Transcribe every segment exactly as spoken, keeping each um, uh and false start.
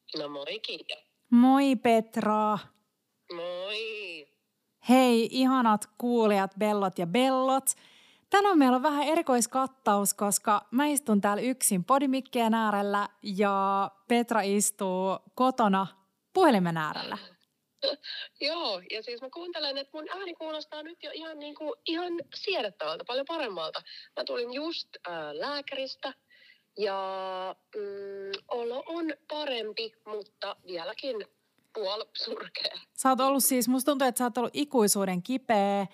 No moi Kiia. Moi Petra. Moi. Hei ihanat kuulijat, bellot ja bellot. Tänään meillä on vähän erikoiskattaus, koska mä istun täällä yksin podimikkien äärellä ja Petra istuu kotona puhelimen äärellä. Joo, ja siis mä kuuntelen, että mun ääni kuulostaa nyt jo ihan, niin kuin, ihan siedettävältä, paljon paremmalta. Mä tulin just äh, lääkäristä ja mm, olo on parempi, mutta vieläkin puol surkea. Sä oot ollut siis, musta tuntuu, että sä oot ollut ikuisuuden kipeä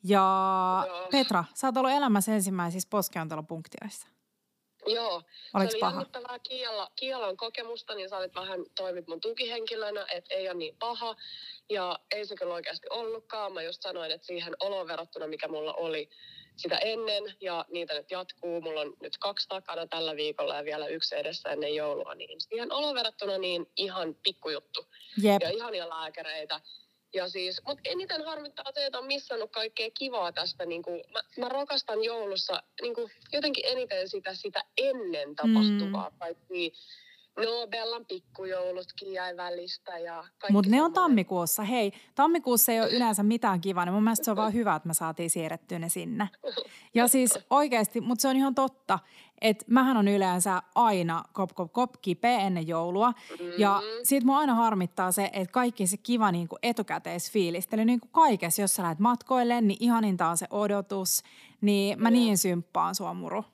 ja Joo. Petra, sä oot ollut elämässä ensimmäisissä poskiontelopunktioissa. Joo, Oliko se oli paha? jännittävää Kiialla, Kiialla kokemusta, niin sä olit vähän toimit mun tukihenkilönä, että ei ole niin paha. Ja ei se kyllä oikeasti ollutkaan. Mä just sanoin, että siihen oloon verrattuna, mikä mulla oli sitä ennen, ja niitä nyt jatkuu. Mulla on nyt kaksi takana tällä viikolla ja vielä yksi edessä ennen joulua. Niin siihen oloon verrattuna niin ihan pikkujuttu. Jep. Ja ihania lääkäreitä. Ja siis, mutta eniten harmittaa se, että on missannut kaikkea kivaa tästä. Niin kuin, mä, mä rakastan joulussa niin kuin, jotenkin eniten sitä, sitä ennen tapahtuvaa. Mm. Kaikki, no Bellan pikkujoulutkin jäi välistä ja kaikki. Mutta ne on semmoinen. tammikuussa. Hei, tammikuussa ei ole yleensä mitään kivaa, niin mun mielestä se on vaan hyvä, että me saatiin siirrettyä ne sinne. Ja siis oikeasti, mutta se on ihan totta, että mähän on yleensä aina kop kop kop kipeä ennen joulua. Mm-hmm. Ja siitä mua aina harmittaa se, että kaikki se kiva niin kuin etukäteisfiilistely, niin kuin kaikessa, jos sä lähdet matkoille, niin ihaninta on se odotus. Niin mä mm. niin symppaan sua, Muru.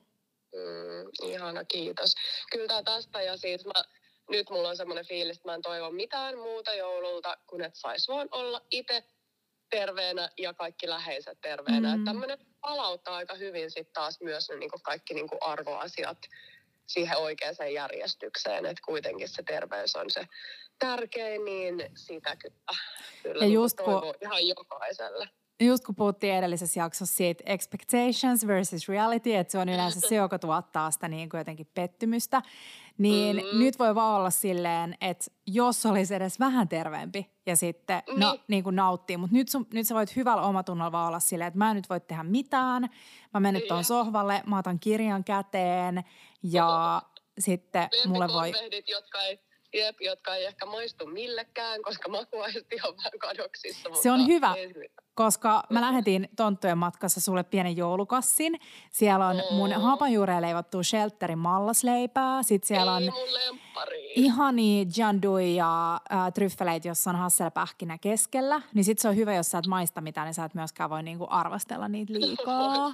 Mm, ihana, kiitos. Kyllä tästä ja siis mä, nyt mulla on semmoinen fiilis, että mä en toivo mitään muuta joululta, kun et sais vaan olla itse terveenä ja kaikki läheiset terveenä. Mm. Että tämmöinen palauttaa aika hyvin sitten taas myös ne niin kuin kaikki niin kuin arvoasiat siihen oikeaan järjestykseen. Että kuitenkin se terveys on se tärkein, niin sitä kyllä, kyllä ja niin just toivoo kun... ihan jokaiselle. Just kun puhuttiin edellisessä jaksossa siitä expectations versus reality, että se on yleensä se, joka tuottaa sitä niin kuin jotenkin pettymystä, niin mm-hmm. nyt voi vaan olla silleen, että jos olisi edes vähän terveempi ja sitten mm-hmm. no, niin kuin nauttii, mutta nyt, sun, nyt sä voit hyvällä omatunnolla vaan olla silleen, että mä en nyt voi tehdä mitään, mä menen tuon sohvalle, mä otan kirjan käteen ja oh. sitten mulle voi... jotka ei... Jep, jotka ei ehkä maistu millekään, koska makuaisti on vähän kadoksissa. Se on hyvä, koska mä lähetin tonttujen matkassa sulle pienen joulukassin. Siellä on mm. mun hapanjuureen leivottua Shelterin mallasleipää. Sitten siellä on ihania giandui ja äh, tryffeleitä, jossa on hasselpähkinä keskellä. Niin sit se on hyvä, jos sä et maista mitään, niin sä et myöskään voi niinku arvostella niitä liikaa.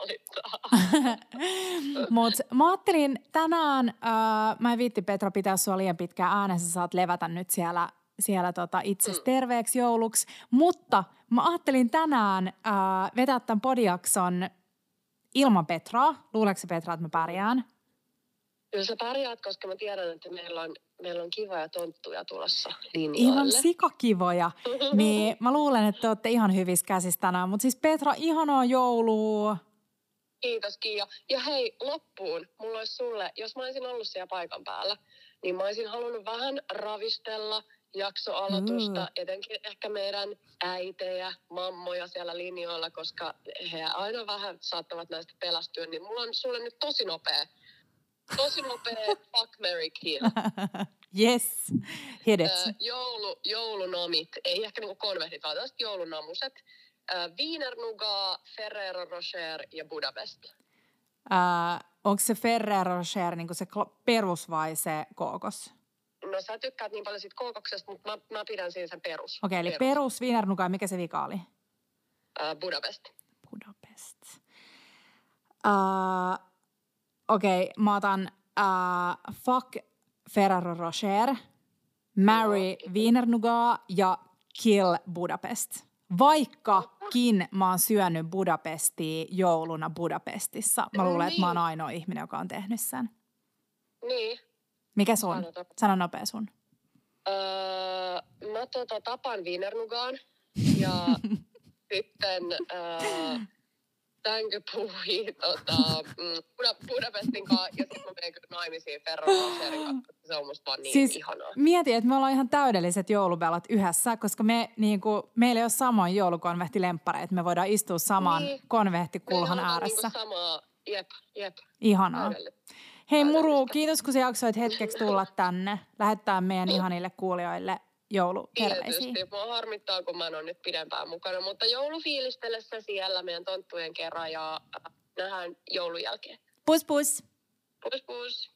Mut mä ajattelin tänään, äh, mä en viitti Petra pitää sua liian pitkään äänessä, saat levätä nyt siellä, siellä tota itsesi mm. terveeksi jouluksi. Mutta mä ajattelin tänään äh, vetää tämän podijakson ilman Petraa. Luuleeko se Petra, että mä pärjään? Kyllä sä pärjäät, koska mä tiedän, että meillä on, meillä on kivoja tonttuja tulossa linjoille. Ihan sikakivoja. Niin mä luulen, että te olette ihan hyvissä käsissä tänään. Mutta siis Petra, ihanaa joulua. Kiitos Kiia. Ja hei, loppuun. Mulla olisi sulle, jos mä olisin ollut siellä paikan päällä, niin mä olisin halunnut vähän ravistella jaksoaloitusta, mm. etenkin ehkä meidän äitejä, mammoja siellä linjoilla, koska he aina vähän saattavat näistä pelästyä, niin mulla on sulle nyt tosi nopea, tosi nopea fuck, marry, kill. Yes, hit it. Äh, joulu, joulunomit, ei ehkä niinku konvehdit, vaan tällaiset joulunamuset. Äh, Wiener Nougat, Ferrero Rocher ja Budapest. Äh, onko se Ferrero Rocher niinku se perus vai se kookos? No sä tykkäät niin paljon siitä kookoksesta, mutta mä, mä pidän siinä sen perus. Okei, okay, eli perus, perus Wiener Nougat, mikä se vika oli? Äh, Budapest. Budapest. Uh, Okei, okay, mä otan uh, fuck Ferrero Rocher, marry no. Wiener Nougat ja kill Budapest. Vaikkakin mä oon syönyt Budapestia jouluna Budapestissa. Mä luulen, niin. että mä oon ainoa ihminen, joka on tehnyt sen. Niin. Mikä sun? Sano, Sano nopea sun. Öö, mä tota, tapan Wiener Nougatin ja sitten öö, tänkypuhi tota, mm, Budapestin kanssa ja sitten mä menen kyllä naimisiin Ferrero Rocherin kanssa. Se on musta vaan niin siis ihanaa. Mieti, että me ollaan ihan täydelliset joulubellat yhdessä, koska me, niinku, meillä ei ole samoin joulukonvehtilemppareita. Me voidaan istua saman niin. konvehtikulhan Meillä ääressä. Niinku samaa, jep, jep. Ihanaa. Hei Muru, kiitos kun sä jaksoit hetkeksi tulla tänne. Lähettää meidän ihanille kuulijoille jouluterveisiä. Tietysti. Mua harmittaa, kun mä en ole nyt pidempään mukana, mutta joulufiilistellessä siellä meidän tonttujen kerran ja nähdään joulun jälkeen. Pus pus! Pus pus!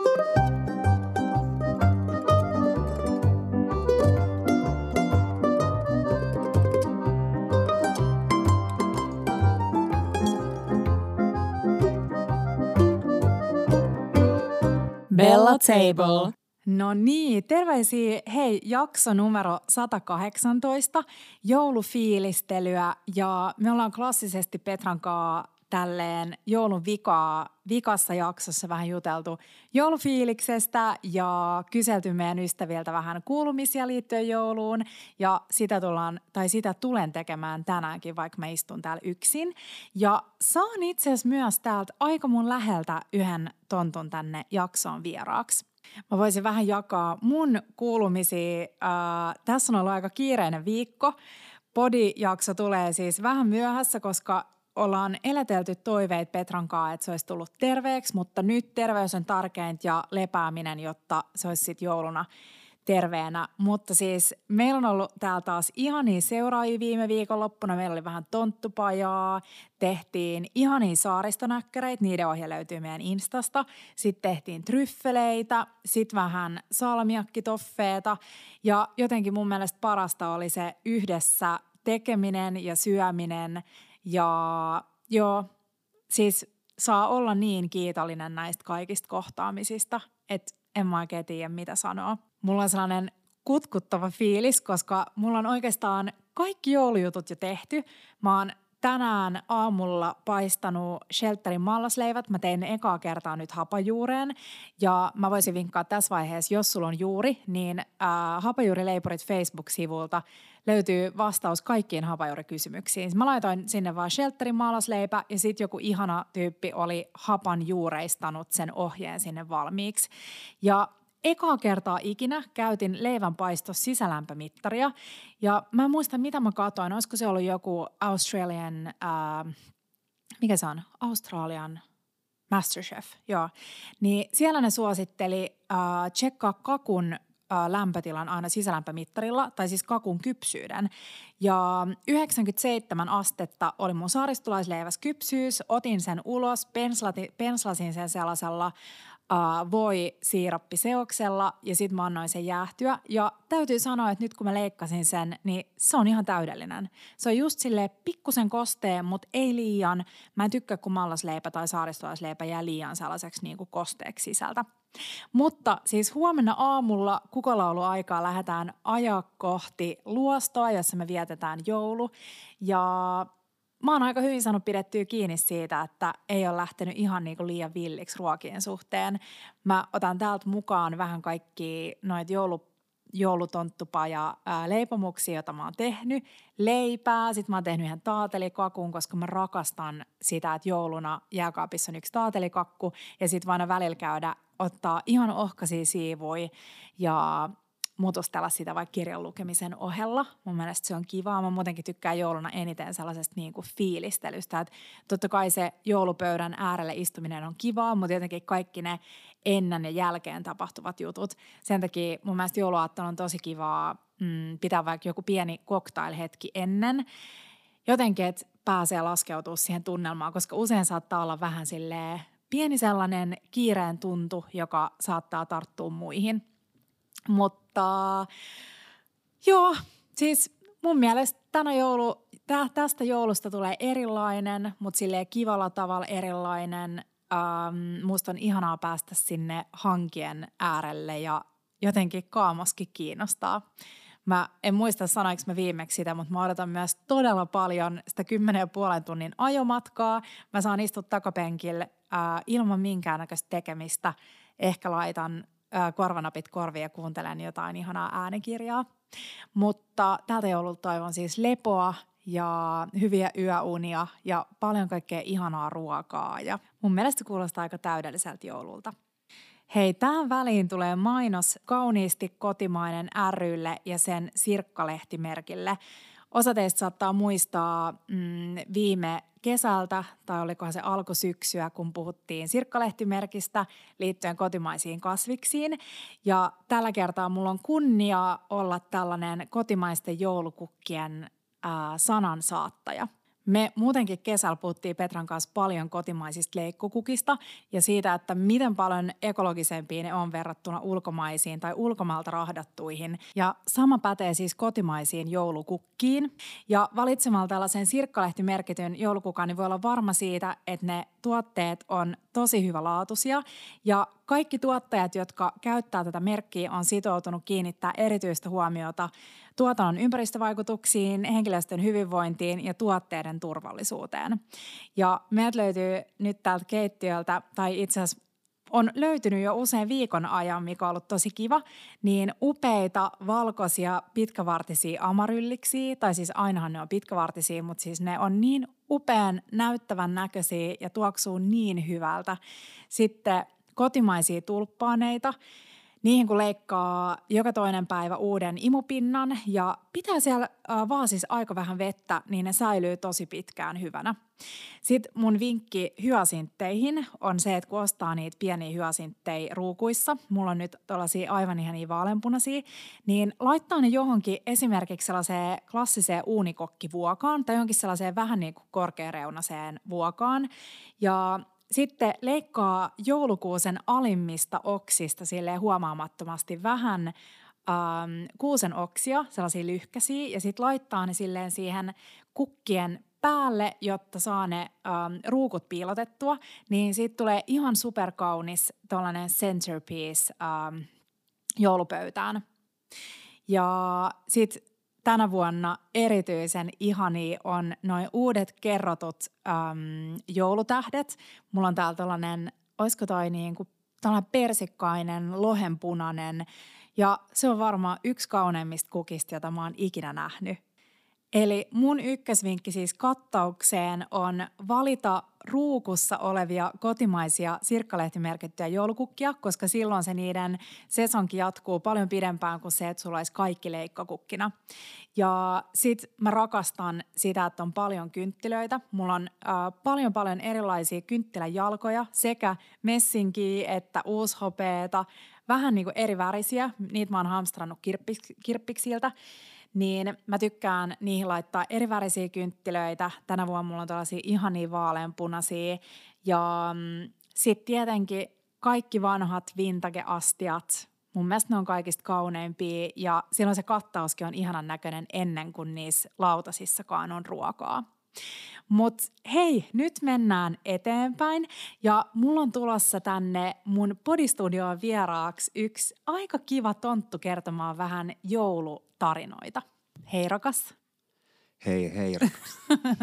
Bella Table. No niin, terveisiä. Hei, jakso numero sata kahdeksantoista, joulufiilistelyä ja me ollaan klassisesti Petran kanssa tälleen joulun vikaa, vikassa jaksossa vähän juteltu joulufiiliksestä ja kyselty meidän ystäviltä vähän kuulumisia liittyen jouluun ja sitä tullaan, tai sitä tulen tekemään tänäänkin, vaikka mä istun täällä yksin. Ja saan itse asiassa myös täältä aika mun läheltä yhden tontun tänne jaksoon vieraaksi. Mä voisin vähän jakaa mun kuulumisia. Äh, tässä on ollut aika kiireinen viikko. Podi-jakso tulee siis vähän myöhässä, koska ollaan elätelty toiveita Petran kanssa, että se olisi tullut terveeksi, mutta nyt terveys on tärkeintä ja lepääminen, jotta se olisi sitten jouluna terveenä. Mutta siis meillä on ollut täällä taas ihania seuraajia viime viikonloppuna. Meillä oli vähän tonttupajaa, tehtiin ihania saaristonäkkäreitä, niiden ohje löytyy meidän Instasta. Sitten tehtiin tryffeleitä, sitten vähän salmiakkitoffeeta ja jotenkin mun mielestä parasta oli se yhdessä tekeminen ja syöminen. Ja joo, siis saa olla niin kiitollinen näistä kaikista kohtaamisista, että en mä oikein tiedä mitä sanoa. Mulla on sellainen kutkuttava fiilis, koska mulla on oikeastaan kaikki joulujutut jo tehty. Mä oon tänään aamulla paistanut Shelterin mallasleivät. Mä tein ne ekaa kertaa nyt hapajuureen. Ja mä voisin vinkkaa tässä vaiheessa, jos sulla on juuri, niin ää, hapajuurileipurit Facebook-sivulta löytyy vastaus kaikkiin hapajuurikysymyksiin. Mä laitoin sinne vaan Shelterin mallasleipä ja sitten joku ihana tyyppi oli hapan juureistanut sen ohjeen sinne valmiiksi. Ja ekaa kertaa ikinä käytin leivänpaistos sisälämpömittaria ja mä en muista mitä mä katoin, olisiko se ollut joku Australian, äh, mikä se on, Australian Masterchef, joo. Niin siellä ne suositteli äh, tsekkaa kakun äh, lämpötilan aina sisälämpömittarilla, tai siis kakun kypsyyden. Ja yhdeksänkymmentäseitsemän astetta oli mun saaristolaisleiväs kypsyys, otin sen ulos, penslati, penslasin sen sellaisella Uh, voi siirappiseoksella ja sitten mä annoin sen jäähtyä. Ja täytyy sanoa, että nyt kun mä leikkasin sen, niin se on ihan täydellinen. Se on just silleen pikkusen kosteen, mutta ei liian. Mä en tykkää, kun mallasleipä tai saaristolaisleipä jää liian sellaiseksi niin kuin kosteeksi sisältä. Mutta siis huomenna aamulla kukolauluaikaa lähdetään ajaa kohti luostoa, jossa me vietetään joulu. Ja mä oon aika hyvin saanut pidettyä kiinni siitä, että ei ole lähtenyt ihan niinku liian villiksi ruokien suhteen. Mä otan täältä mukaan vähän kaikki noita joulu, joulutonttupa ja ää, leipomuksia, joita mä oon tehnyt. Leipää, sit mä oon tehnyt ihan taatelikakun, koska mä rakastan sitä, että jouluna jääkaapissa on yksi taatelikakku. Ja sit vaan välillä käydä ottaa ihan ohkaisia siivuja ja mutustella sitä vaikka kirjan lukemisen ohella. Mun mielestä se on kivaa. Mä muutenkin tykkään jouluna eniten sellaisesta niin kuin fiilistelystä. Että totta kai se joulupöydän äärelle istuminen on kivaa, mutta jotenkin kaikki ne ennen ja jälkeen tapahtuvat jutut. Sen takia mun mielestä jouluaattona on tosi kivaa mm, pitää vaikka joku pieni cocktail-hetki ennen. Jotenkin, että pääsee laskeutumaan siihen tunnelmaan, koska usein saattaa olla vähän silleen pieni sellainen kiireen tuntu, joka saattaa tarttua muihin. Mutta joo, siis mun mielestä tänä joulu, tä, tästä joulusta tulee erilainen, mutta silleen kivalla tavalla erilainen. Ähm, musta on ihanaa päästä sinne hankien äärelle ja jotenkin kaamoskin kiinnostaa. Mä en muista sanoinko mä viimeksi sitä, mutta mä odotan myös todella paljon sitä kymmenen ja puolen tunnin ajomatkaa. Mä saan istua takapenkillä äh, ilman minkäännäköistä tekemistä. Ehkä laitan korvanapit korviin ja kuuntelen jotain ihanaa äänikirjaa. Mutta tältä joululta toivon siis lepoa ja hyviä yöunia ja paljon kaikkea ihanaa ruokaa. Ja mun mielestä kuulostaa aika täydelliseltä joululta. Hei, tähän väliin tulee mainos kauniisti kotimainen rylle ja sen sirkkalehtimerkille. Osa teistä saattaa muistaa mm, viime kesältä, tai olikohan se alkusyksyä, kun puhuttiin sirkkalehtimerkistä liittyen kotimaisiin kasviksiin. Ja tällä kertaa mulla on kunnia olla tällainen kotimaisten joulukukkien ää, sanansaattaja. Me muutenkin kesällä puhuttiin Petran kanssa paljon kotimaisista leikkokukista ja siitä, että miten paljon ekologisempia ne on verrattuna ulkomaisiin tai ulkomailta rahdattuihin. Ja sama pätee siis kotimaisiin joulukukkiin. Ja valitsemalla tällaisen sirkkalehtimerkityn joulukukan niin voi olla varma siitä, että ne tuotteet on tosi hyvälaatuisia ja kaikki tuottajat, jotka käyttää tätä merkkiä, on sitoutunut kiinnittää erityistä huomiota tuotannon ympäristövaikutuksiin, henkilöstön hyvinvointiin ja tuotteiden turvallisuuteen. Ja meiltä löytyy nyt täältä keittiöltä, tai itse asiassa on löytynyt jo usein viikon ajan, mikä on ollut tosi kiva, niin upeita valkoisia pitkävartisia amarylliksiä, tai siis ainahan ne on pitkävartisia, mutta siis ne on niin upean näyttävän näköisiä ja tuoksuu niin hyvältä. Sitten kotimaisia tulppaaneita. Niihin kun leikkaa joka toinen päivä uuden imupinnan ja pitää siellä vaasissa aika vähän vettä, niin ne säilyy tosi pitkään hyvänä. Sitten mun vinkki hyasintteihin on se, että kun ostaa niitä pieniä hyasinttejä ruukuissa, mulla on nyt tuollaisia aivan ihania vaaleanpunaisia, niin laittaa ne johonkin esimerkiksi sellaiseen klassiseen uunikokkivuokaan tai johonkin sellaiseen vähän niin kuin korkeareunaseen vuokaan ja sitten leikkaa joulukuusen alimmista oksista silleen huomaamattomasti vähän ähm, kuusen oksia, sellaisia lyhkäisiä, ja sitten laittaa ne silleen siihen kukkien päälle, jotta saa ne ähm, ruukut piilotettua, niin siitä tulee ihan superkaunis tollainen centerpiece ähm, joulupöytään. Ja sitten tänä vuonna erityisen ihania on noin uudet kerrotut äm, joulutähdet. Mulla on täällä tällainen, olisiko toi niinku, tällainen persikkainen, lohenpunainen ja se on varmaan yksi kauneimmista kukista, jota mä oon ikinä nähnyt. Eli mun ykkösvinkki siis kattaukseen on valita ruukussa olevia kotimaisia sirkkalehtimerkittyjä joulukukkia, koska silloin se niiden sesonki jatkuu paljon pidempään kuin se, että sulla olisi kaikki leikkakukkina. Ja sit mä rakastan sitä, että on paljon kynttilöitä. Mulla on äh, paljon paljon erilaisia kynttiläjalkoja, sekä messinkiä että uushopeeta, vähän niin kuin eri värisiä. Niitä mä oon hamstrannut kirppik- kirppiksiltä. Niin mä tykkään niihin laittaa eri värisiä kynttilöitä. Tänä vuonna mulla on tällaisia ihania vaaleanpunaisia. Ja mm, sitten tietenkin kaikki vanhat vintage-astiat. Mun mielestä ne on kaikista kauneimpia ja silloin se kattauskin on ihanan näköinen ennen kuin niissä lautasissakaan on ruokaa. Mut hei, nyt mennään eteenpäin ja mulla on tulossa tänne mun podistudioon vieraaksi yksi aika kiva tonttu kertomaan vähän joulutarinoita. Hei rakas. Hei, hei rakas.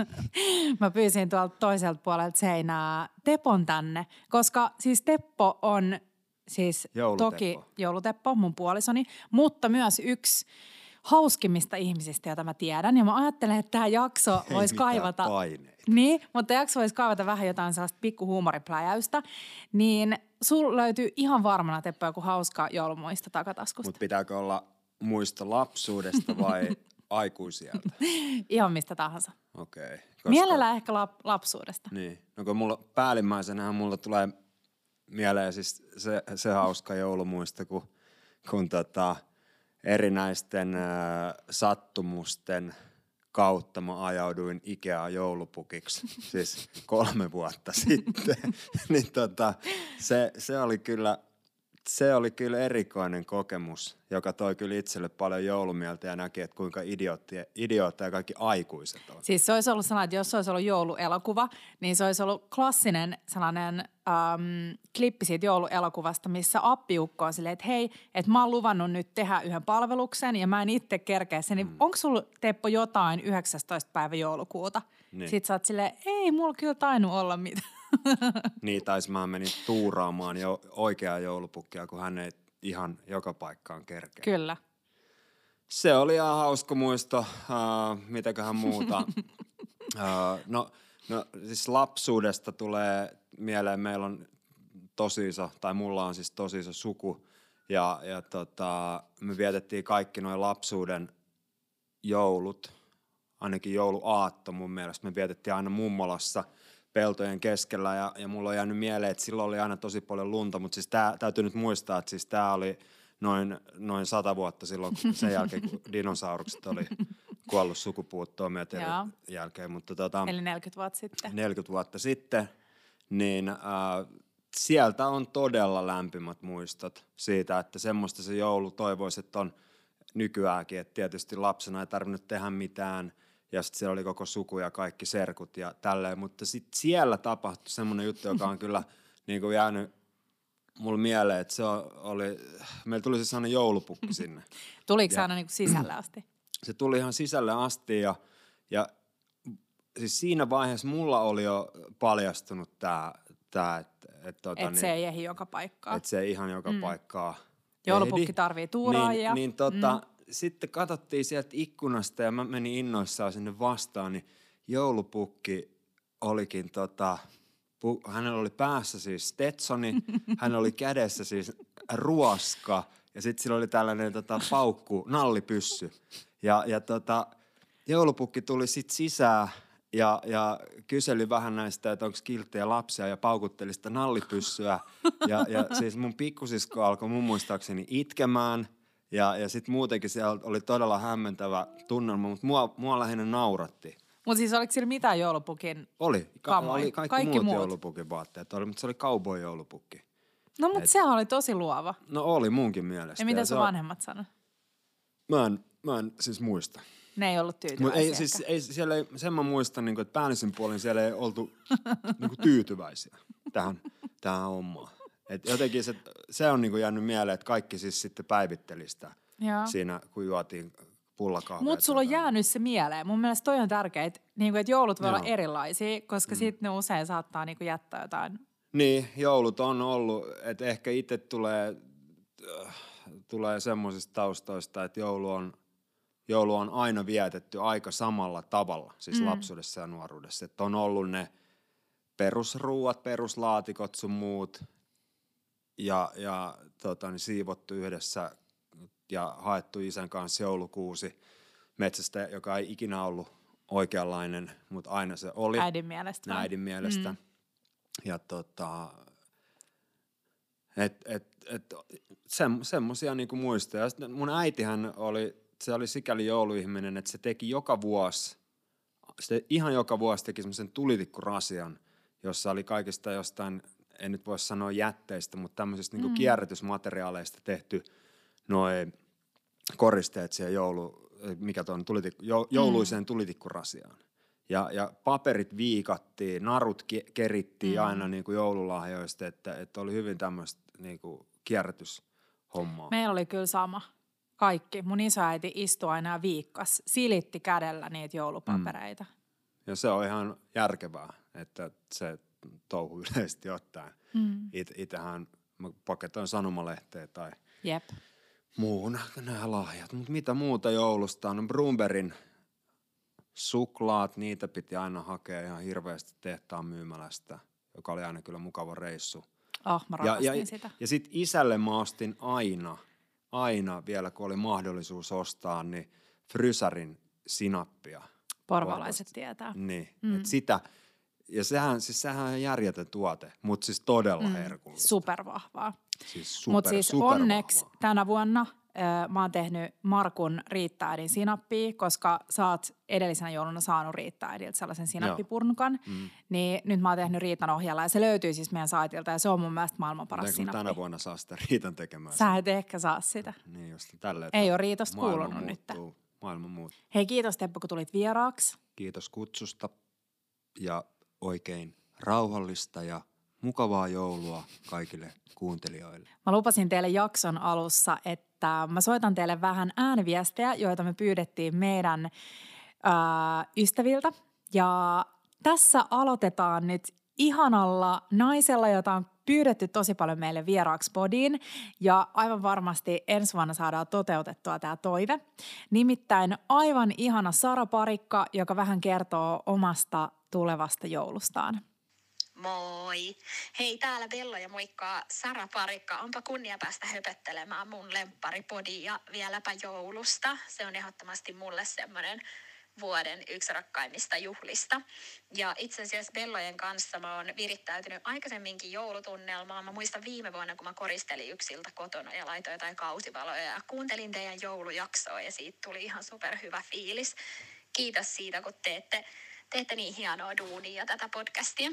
Mä pyysin tuolta toiselta puolelta seinää Tepon tänne, koska siis Teppo on siis Jouluteppo. Toki jouluteppo, mun puolisoni, mutta myös yksi hauskimmista ihmisistä, jota mä tiedän. Ja mä ajattelen, että tämä jakso voisi kaivata. Paineita. Niin, mutta jakso voisi kaivata vähän jotain sellaista pikkuhuumoripläjäystä. Niin sul löytyy ihan varmana, Teppo, joku hauska joulumuisto takataskusta. Mutta pitääkö olla muisto lapsuudesta vai aikuisieltä? Ihan mistä tahansa. Okei. Okay, koska... Mielellään ehkä lap- lapsuudesta. Niin. No kun mulla päällimmäisenähän mulla tulee mieleen siis se, se hauska joulumuisto, kun, kun tota, erinäisten äh, sattumusten kautta mä ajauduin Ikeaan joulupukiksi, siis kolme vuotta sitten. niin tota, se, se, oli kyllä, se oli kyllä erikoinen kokemus, joka toi kyllä itselle paljon joulumieltä ja näki, että kuinka idiootteja, idiootteja kaikki aikuiset on. Siis se olisi ollut sellainen, että jos se olisi ollut jouluelokuva, niin se olisi ollut klassinen sellainen äm, klippi siitä jouluelokuvasta, missä appiukko on silleen, että hei, että mä oon luvannut nyt tehdä yhden palveluksen ja mä en itse kerkeä sen, niin mm. onko sulla, Teppo, jotain yhdeksästoista päivä joulukuuta? Niin. Sitten sä oot silleen, ei mulla kyllä tainnut olla mitään. Niin, taisi mä menin tuuraamaan jo oikeaa joulupukkia, kun hän ei ihan joka paikkaan kerkeä. Kyllä. Se oli ihan hauska muisto. Uh, mitäköhän muuta? uh, no, no siis lapsuudesta tulee mieleen, meillä on tosi iso, tai mulla on siis tosi iso suku. Ja, ja tota, me vietettiin kaikki noin lapsuuden joulut ainakin jouluaatto mun mielestä. Me vietettiin aina mummolassa peltojen keskellä ja, ja mulla on jäänyt mieleen, että silloin oli aina tosi paljon lunta, mutta siis tää, täytyy nyt muistaa, että siis tää oli noin, noin sata vuotta silloin sen jälkeen, kun dinosaurukset oli kuollut sukupuuttoon myöten jälkeen. Mutta tota, eli neljäkymmentä vuotta sitten. neljäkymmentä vuotta sitten, niin äh, sieltä on todella lämpimät muistot siitä, että semmoista se joulu toivoisi, että on nykyäänkin, että tietysti lapsena ei tarvinnut tehdä mitään, ja sitten siellä oli koko suku ja kaikki serkut ja tälleen, mutta sitten siellä tapahtui semmoinen juttu, joka on kyllä niin kuin jäänyt mulle mieleen, että se oli, meillä tuli se sellainen joulupukki sinne. Tuliko se aina niin kuin sisälle asti? Se tuli ihan sisälle asti ja, ja siis siinä vaiheessa mulla oli jo paljastunut tämä, tää, että et, tota, et niin, se ei ehdi joka paikkaan. Että se ei ihan joka mm. paikkaa joulupukki ehdi. tarvii tuuraajia. Niin, niin tota, mm. sitten katsottiin sieltä ikkunasta ja mä menin innoissaan sinne vastaan, niin joulupukki olikin tota, pu, hänellä oli päässä siis Stetsoni, hänellä oli kädessä siis ruoska ja sitten sillä oli tällainen tota, paukku, nallipyssy. Ja, ja tota, joulupukki tuli sitten sisään ja, ja kyseli vähän näistä, että onko kilttejä lapsia ja paukutteli sitä nallipyssyä. Ja, ja siis mun pikkusisko alkoi mun muistaakseni itkemään ja, ja sitten muutenkin siellä oli todella hämmentävä tunnelma, mutta mua, mua lähinnä nauratti. Mutta siis oliko siellä mitään joulupukin Oli, Ka- oli kaikki, kaikki muut, muut joulupukin vaatteet, oli, mutta se oli cowboy-joulupukki. No mutta sehän oli tosi luova. No oli munkin mielestä. Ja mitä sun on... vanhemmat sanoi? Mä en, mä en siis muista. Ne ei ollut tyytyväisiä. Ei, siis, ei, siellä ei, sen mä muistan, niin kuin, että päällisin puolin siellä ei oltu niin kuin, tyytyväisiä tähän, tähän hommaan. Et jotenkin se, se on niin kuin, jäänyt mieleen, että kaikki siis sitten päivitteli sitä siinä, kun juotiin pullakahvia. Mutta sulla on jäänyt se mieleen. Mun mielestä toi on tärkeää, että, niin kuin, että joulut voi Joo. olla erilaisia, koska mm. sitten ne usein saattaa niin kuin, jättää jotain. Niin, joulut on ollut, että ehkä itse tulee, äh, tulee semmoisista taustoista, että joulu on Joulu on aina vietetty aika samalla tavalla, siis mm. lapsuudessa ja nuoruudessa. Että on ollut ne perusruuat, peruslaatikot sun muut ja, ja tota, niin siivottu yhdessä ja haettu isän kanssa joulukuusi metsästä, joka ei ikinä ollut oikeanlainen, mutta aina se oli. Äidin mielestä. Äidin mielestä. Mm. Ja tota, et, et, et, se, semmosia niinku muistoja. Sitten mun äitihän oli... Se oli sikäli jouluihminen, että se teki joka vuosi, se ihan joka vuosi teki semmoisen tulitikkurasian, jossa oli kaikista jostain, en nyt voi sanoa jätteistä, mutta tämmöisistä mm. niinku kierrätysmateriaaleista tehty noin koristeet siihen joulu, mikä tuon tulitikku, jouluiseen mm. tulitikkurasiaan. Ja, ja paperit viikattiin, narut ke, kerittiin mm. aina niinku joululahjoista, että, että oli hyvin tämmöistä niinku kierrätyshommaa. Meillä oli kyllä sama. Kaikki. Mun isoäiti istui aina viikkas, silitti kädellä niitä joulupapereita. Mm. Ja se on ihan järkevää, että se touhu yleisesti ottaen. Mm. It, itähän mä paketoin sanomalehteä tai Jep. muuhun nämä lahjat. Mutta mitä muuta joulusta on? Brunbergin suklaat, niitä piti aina hakea ihan hirveästi tehtaan myymälästä, joka oli aina kyllä mukava reissu. Oh, mä rakastin ja, ja, sitä. Ja sit isälle mä ostin aina... Aina vielä, kun oli mahdollisuus ostaa, niin Frysarin sinappia. Porvalaiset tietää. Niin, mm. että sitä, ja sehän, siis sehän on järjetön tuote, mutta siis todella mm. herkullista. Supervahvaa. Siis super, Mutta siis super onneksi vahvaa. Tänä vuonna äh, mä oon tehnyt Markun Riitta-äidin sinappia, koska sä oot edellisenä jouluna saanut Riitta-äidiltä sellaisen sinappipurnukan. Mm. Niin nyt mä oon tehnyt Riitan ohjella ja se löytyy siis meidän saitilta ja se on mun mielestä maailman paras Eikö sinappi. tänä vuonna saa sitä Riitan tekemään? Sä et ehkä saa sitä. Niin just tälleen. Ei ole Riitosta kuulunut nyt. Maailma muuttuu. Hei, kiitos Teppo, kun tulit vieraaksi. Kiitos kutsusta ja oikein rauhallista ja mukavaa joulua kaikille kuuntelijoille. Mä lupasin teille jakson alussa, että mä soitan teille vähän ääniviestejä, joita me pyydettiin meidän ää, ystäviltä. Ja tässä aloitetaan nyt ihanalla naisella, jota on pyydetty tosi paljon meille vieraaksi podiin. Ja aivan varmasti ensi vuonna saadaan toteutettua tämä toive. Nimittäin aivan ihana Sara Parikka, joka vähän kertoo omasta tulevasta joulustaan. Moi! Hei, täällä Bello ja moikkaa Sara Parikka. Onpa kunnia päästä höpöttelemään mun lempparipodia vieläpä joulusta. Se on ehdottomasti mulle semmoinen vuoden yksi rakkaimmista juhlista. Ja itse asiassa Bellojen kanssa mä oon virittäytynyt aikaisemminkin joulutunnelmaan. Mä muistan viime vuonna, kun mä koristelin yksiltä kotona ja laitoin jotain kausivaloja ja kuuntelin teidän joulujaksoa ja siitä tuli ihan superhyvä fiilis. Kiitos siitä, kun teette, teette niin hienoa duunia ja tätä podcastia.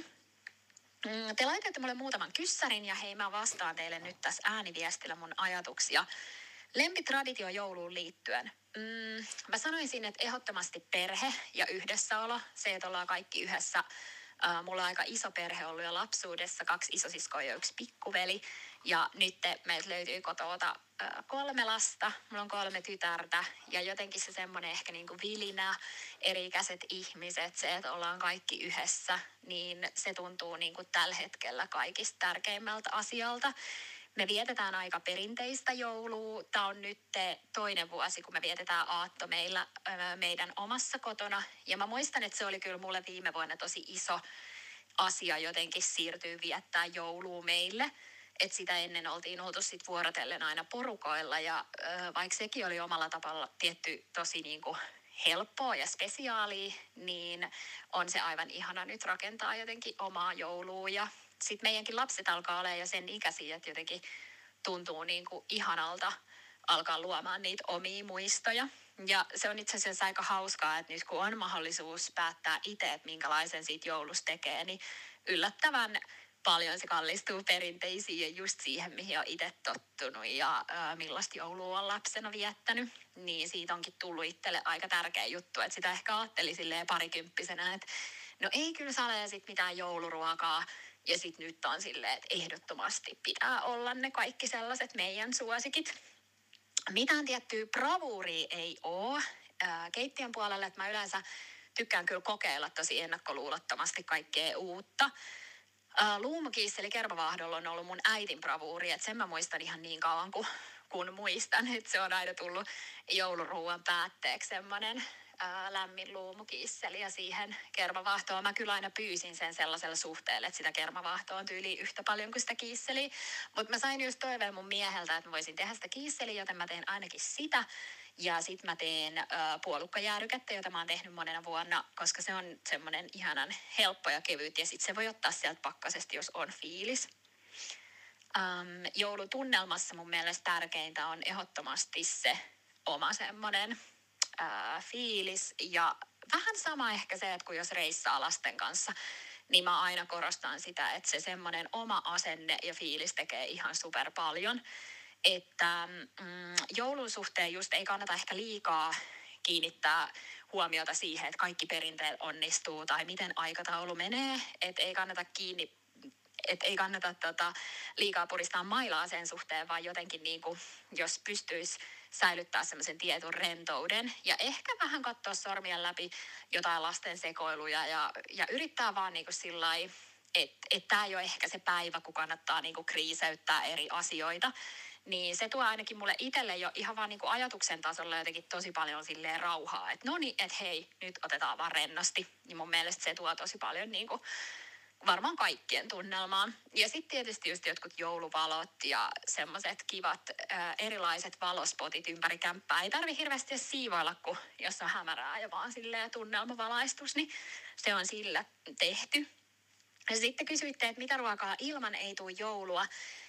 Te laitoitte mulle muutaman kyssärin ja hei, mä vastaan teille nyt tässä ääniviestillä mun ajatuksia lempitraditio jouluun liittyen. Mm, mä sanoisin, että ehdottomasti perhe ja yhdessäolo. Se, että ollaan kaikki yhdessä. Uh, mulla on aika iso perhe ollut jo lapsuudessa, kaksi isosiskoa ja yksi pikkuveli. Ja nyt meiltä löytyy kotoota uh, kolme lasta, mulla on kolme tytärtä. Ja jotenkin se semmoinen ehkä niinku vilinä, eri-ikäiset ihmiset, se, että ollaan kaikki yhdessä, niin se tuntuu niinku tällä hetkellä kaikista tärkeimmältä asialta. Me vietetään aika perinteistä joulua. Tämä on nyt toinen vuosi, kun me vietetään aatto meillä meidän omassa kotona. Ja mä muistan, että se oli kyllä mulle viime vuonna tosi iso asia jotenkin siirtyy viettää joulua meille. Että sitä ennen oltiin oltu sit vuorotellen aina porukoilla ja vaikka sekin oli omalla tavalla tietty tosi niinku helppoa ja spesiaalia, niin on se aivan ihana nyt rakentaa jotenkin omaa joulua ja sitten meidänkin lapset alkaa olla jo sen ikäisiä, että jotenkin tuntuu niin kuin ihanalta alkaa luomaan niitä omia muistoja. Ja se on itse asiassa aika hauskaa, että nyt kun on mahdollisuus päättää itse, että minkälaisen siitä joulusta tekee, niin yllättävän paljon se kallistuu perinteisiin ja just siihen, mihin on itse tottunut ja ää, millaista joulua on lapsena viettänyt. Niin siitä onkin tullut itselle aika tärkeä juttu, että sitä ehkä ajatteli silleen parikymppisenä, että no ei kyllä sale sit mitään jouluruokaa. Ja sitten nyt on silleen, että ehdottomasti pitää olla ne kaikki sellaiset meidän suosikit. Mitään tiettyä bravuuria ei ole keittiön puolelle, että mä yleensä tykkään kyllä kokeilla tosi ennakkoluulottomasti kaikkea uutta. Luumukiisseli kermavaahdolla on ollut mun äitin bravuuri, että sen mä muistan ihan niin kauan kuin kun muistan, että se on aina tullut jouluruuan päätteeksi semmoinen ää, lämmin luumukiisseli ja siihen kermavaahtoa. Mä kyllä aina pyysin sen sellaisella suhteella, että sitä kermavaahtoa on tyyliin yhtä paljon kuin sitä kiisseliä. Mutta mä sain just toiveen mun mieheltä, että mä voisin tehdä sitä kiisseliä, joten mä teen ainakin sitä. Ja sit mä teen äh, puolukkajäärykettä, jota mä oon tehnyt monena vuonna, koska se on semmoinen ihanan helppo ja kevyt. Ja sit se voi ottaa sieltä pakkasesta, jos on fiilis. Ähm, joulutunnelmassa mun mielestä tärkeintä on ehdottomasti se oma semmoinen äh, fiilis. Ja vähän sama ehkä se, että kun jos reissaa lasten kanssa, niin mä aina korostan sitä, että se semmoinen oma asenne ja fiilis tekee ihan super paljon. Että mm, joulun suhteen just ei kannata ehkä liikaa kiinnittää huomiota siihen, että kaikki perinteet onnistuu tai miten aikataulu menee. Että ei kannata kiinni, et ei kannata tota, liikaa puristaa mailaa sen suhteen, vaan jotenkin niin kuin, jos pystyisi säilyttää semmoisen tietyn rentouden ja ehkä vähän katsoa sormien läpi jotain lasten sekoiluja ja, ja yrittää vaan niin kuin sillai, että et tämä ei ole ehkä se päivä, kun kannattaa niin kuin kriiseyttää eri asioita. Niin se tuo ainakin mulle itselle jo ihan vaan niin kuin ajatuksen tasolla jotenkin tosi paljon silleen rauhaa. Että no niin, että hei, nyt otetaan vaan rennosti. Niin mun mielestä se tuo tosi paljon niin kuin varmaan kaikkien tunnelmaan. Ja sitten tietysti just jotkut jouluvalot ja semmoiset kivat ää, erilaiset valospotit ympäri kämppää. Ei tarvi hirveästi siivoilla, kun jos on hämärää ja vaan silleen tunnelmavalaistus, niin se on sillä tehty. Ja sitten kysyitte, että mitä ruokaa ilman ei tule joulua.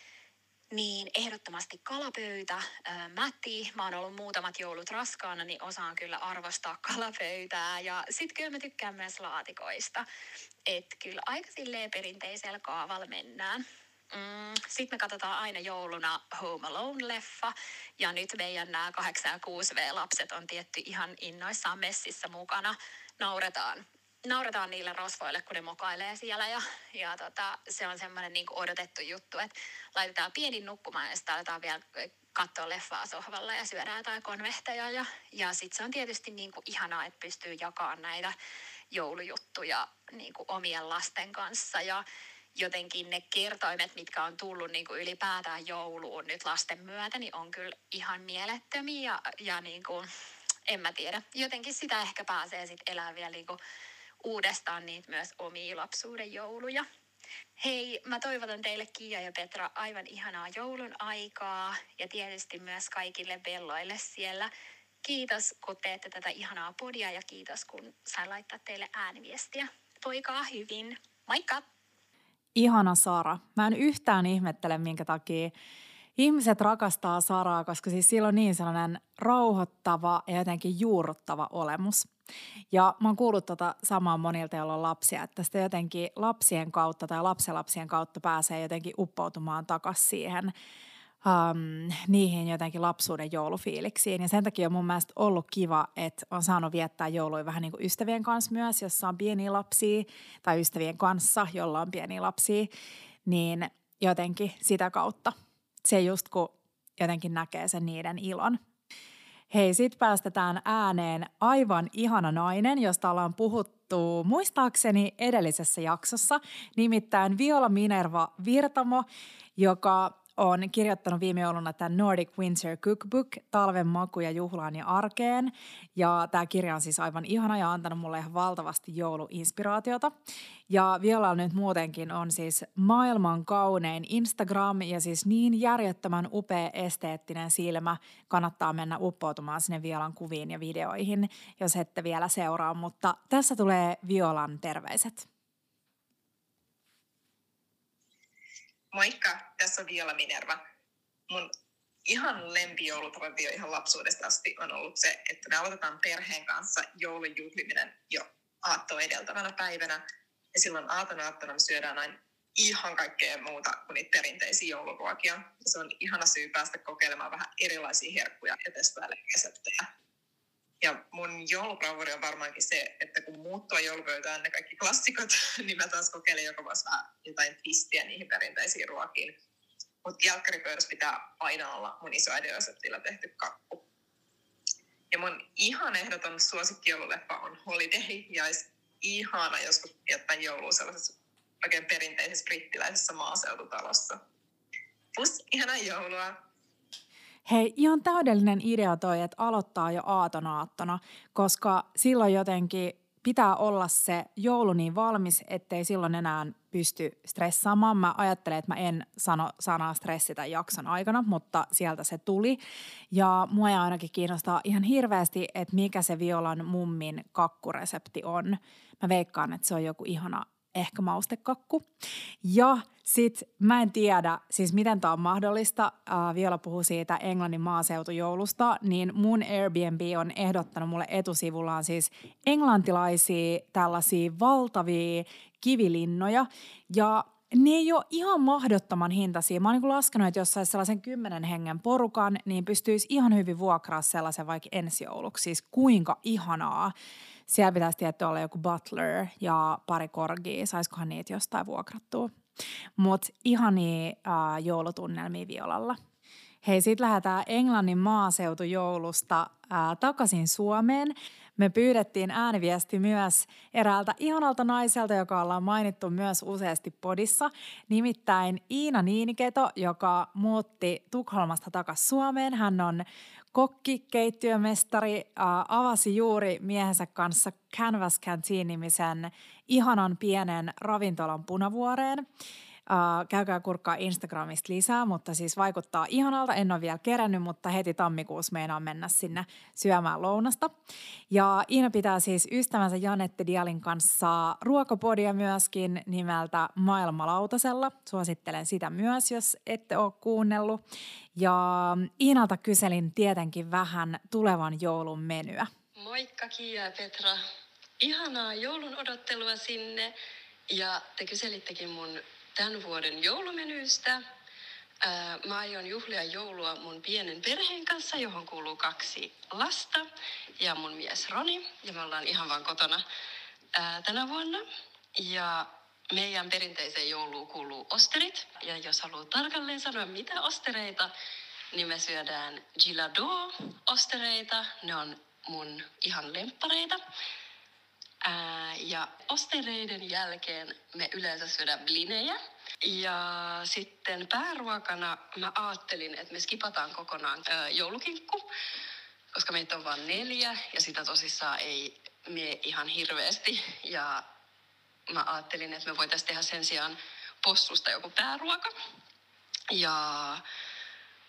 Niin ehdottomasti kalapöytä, ää, mäti. Mä oon ollut muutamat joulut raskaana, niin osaan kyllä arvostaa kalapöytää. Ja sit kyllä mä tykkään myös laatikoista. Että kyllä aika silleen perinteisellä kaavalla mennään. Mm, sitten me katsotaan aina jouluna Home Alone-leffa. Ja nyt meidän nämä kahdeksan ja kuusi vuotias-lapset on tietty ihan innoissaan messissä mukana. Nauretaan. Nauretaan niille rosvoille, kun ne mokailee siellä ja, ja tota, se on semmoinen niin kuin odotettu juttu, että laitetaan pieni nukkumaan ja sitten aletaan vielä katsoa leffaa sohvalla ja syödään jotain konvehteja. Ja, ja sitten se on tietysti niin kuin ihanaa, että pystyy jakamaan näitä joulujuttuja niin kuin omien lasten kanssa ja jotenkin ne kertoimet, mitkä on tullut niin kuin ylipäätään jouluun nyt lasten myötä, niin on kyllä ihan mielettömiä ja, ja niin kuin, en mä tiedä. Jotenkin sitä ehkä pääsee sitten elämään vielä niin kuin uudestaan niitä myös omia lapsuuden jouluja. Hei, mä toivotan teille Kiia ja Petra aivan ihanaa joulun aikaa ja tietysti myös kaikille belloille siellä Kiitos, kun teette tätä ihanaa podia ja kiitos, kun sain laittaa teille ääniviestiä. Voikaa hyvin. Moikka! Ihana Sara. Mä en yhtään ihmettele, minkä takia ihmiset rakastaa Saraa, koska siis sillä on niin sellainen rauhoittava ja jotenkin juurruttava olemus. Ja mä oon kuullut tota samaa monilta, joilla on lapsia, että sitä jotenkin lapsien kautta tai lapsenlapsien kautta pääsee jotenkin uppoutumaan takaisin siihen um, niihin jotenkin lapsuuden joulufiiliksiin. Ja sen takia on mun mielestä ollut kiva, että on saanut viettää jouluja vähän niin kuin ystävien kanssa myös, jossa on pieniä lapsia, tai ystävien kanssa, jolla on pieniä lapsia, niin jotenkin sitä kautta. Se just kun jotenkin näkee sen niiden ilon. Hei, sit päästetään ääneen aivan ihana nainen, josta ollaan puhuttu muistaakseni edellisessä jaksossa, nimittäin Viola Minerva Virtamo, joka on kirjoittanut viime jouluna tämän Nordic Winter Cookbook, talven makuja juhlaan ja arkeen. Ja tämä kirja on siis aivan ihana ja antanut mulle ihan valtavasti jouluinspiraatiota. Ja Viola nyt muutenkin on siis maailman kaunein Instagram ja siis niin järjettömän upea esteettinen silmä. Kannattaa mennä uppoutumaan sinne Violan kuviin ja videoihin, jos ette vielä seuraa. Mutta tässä tulee Violan terveiset. Moikka, tässä on Viola Minerva. Mun ihan lempijoulutraditio ihan lapsuudesta asti on ollut se, että me aloitetaan perheen kanssa joulun juhliminen jo aattoa edeltävänä päivänä. Ja silloin aaton aattona me syödään aina ihan kaikkea muuta kuin niitä perinteisiä jouluruokia. Ja se on ihana syy päästä kokeilemaan vähän erilaisia herkkuja ja testailla reseptejä. Ja mun joulubravuri on varmaankin se, että kun muuttuu joulupöytään ne kaikki klassikot, niin mä taas kokeilen joka vuosi vähän jotain twistiä niihin perinteisiin ruokiin. Mutta jälkkäripöydässä pitää aina olla mun isoäidin reseptillä tehty kakku. Ja mun ihan ehdoton suosikkijoululeffa on Holiday, ja olisi ihana joskus viettää joulua sellaisessa oikein perinteisessä brittiläisessä maaseututalossa. Pus, ihanaa joulua! Hei, ihan täydellinen idea toi, että aloittaa jo aatonaattona, koska silloin jotenkin pitää olla se joulu niin valmis, ettei silloin enää pysty stressaamaan. Mä ajattelen, että mä en sano sanaa stressi tämän jakson aikana, mutta sieltä se tuli. Ja mua ainakin kiinnostaa ihan hirveästi, että mikä se Violan mummin kakkuresepti on. Mä veikkaan, että se on joku ihana ehkä maustekakku. Ja sit mä en tiedä, siis miten tää on mahdollista. Äh, Viola puhuu siitä Englannin maaseutujoulusta, niin mun Airbnb on ehdottanut mulle etusivullaan siis englantilaisia tällaisia valtavia kivilinnoja. Ja ne ei ole ihan mahdottoman hintaisia. Mä oon niin laskenut, että jos saisi sellaisen kymmenen hengen porukan, niin pystyisi ihan hyvin vuokraa sellaisen vaikka ensi jouluksi. Siis kuinka ihanaa. Siellä pitäisi tietty olla joku butler ja pari korgia. Saisikohan niitä jostain vuokrattua? Mutta ihania äh, joulutunnelmia Violalla. Hei, sit lähdetään Englannin maaseutujoulusta äh, takaisin Suomeen. Me pyydettiin ääniviesti myös eräältä ihanalta naiselta, joka ollaan mainittu myös useasti podissa. Nimittäin Iina Niiniketo, joka muutti Tukholmasta takaisin Suomeen. Hän on kokki, keittiömestari, äh, avasi juuri miehensä kanssa Canvas Canteen-nimisen ihanan pienen ravintolan Punavuoreen. Uh, käykää kurkkaa Instagramista lisää, mutta siis vaikuttaa ihanalta. En ole vielä kerännyt, mutta heti tammikuussa meinaan mennä sinne syömään lounasta. Ja Iina pitää siis ystävänsä Janette Dialin kanssa ruokapodia myöskin nimeltä Maailmalautasella. Suosittelen sitä myös, jos ette ole kuunnellut. Ja Iinalta kyselin tietenkin vähän tulevan joulun menyä. Moikka Kiia ja Petra. Ihanaa joulun odottelua sinne. Ja te kyselittekin mun tämän vuoden joulumenystä. Mä aion juhlia joulua mun pienen perheen kanssa, johon kuuluu kaksi lasta ja mun mies Roni. Ja me ollaan ihan vaan kotona ää, tänä vuonna. Ja meidän perinteiseen jouluun kuuluu osterit. Ja jos haluaa tarkalleen sanoa mitä ostereita, niin me syödään Gilado-ostereita. Ne on mun ihan lemppareita. Ää, ja ostereiden jälkeen me yleensä syödään blinejä. Ja sitten pääruokana mä ajattelin, että me skipataan kokonaan ää, joulukinkku, koska meitä on vain neljä ja sitä tosissaan ei mene ihan hirveästi. Ja mä ajattelin, että me voitaisiin tehdä sen sijaan possusta joku pääruoka. Ja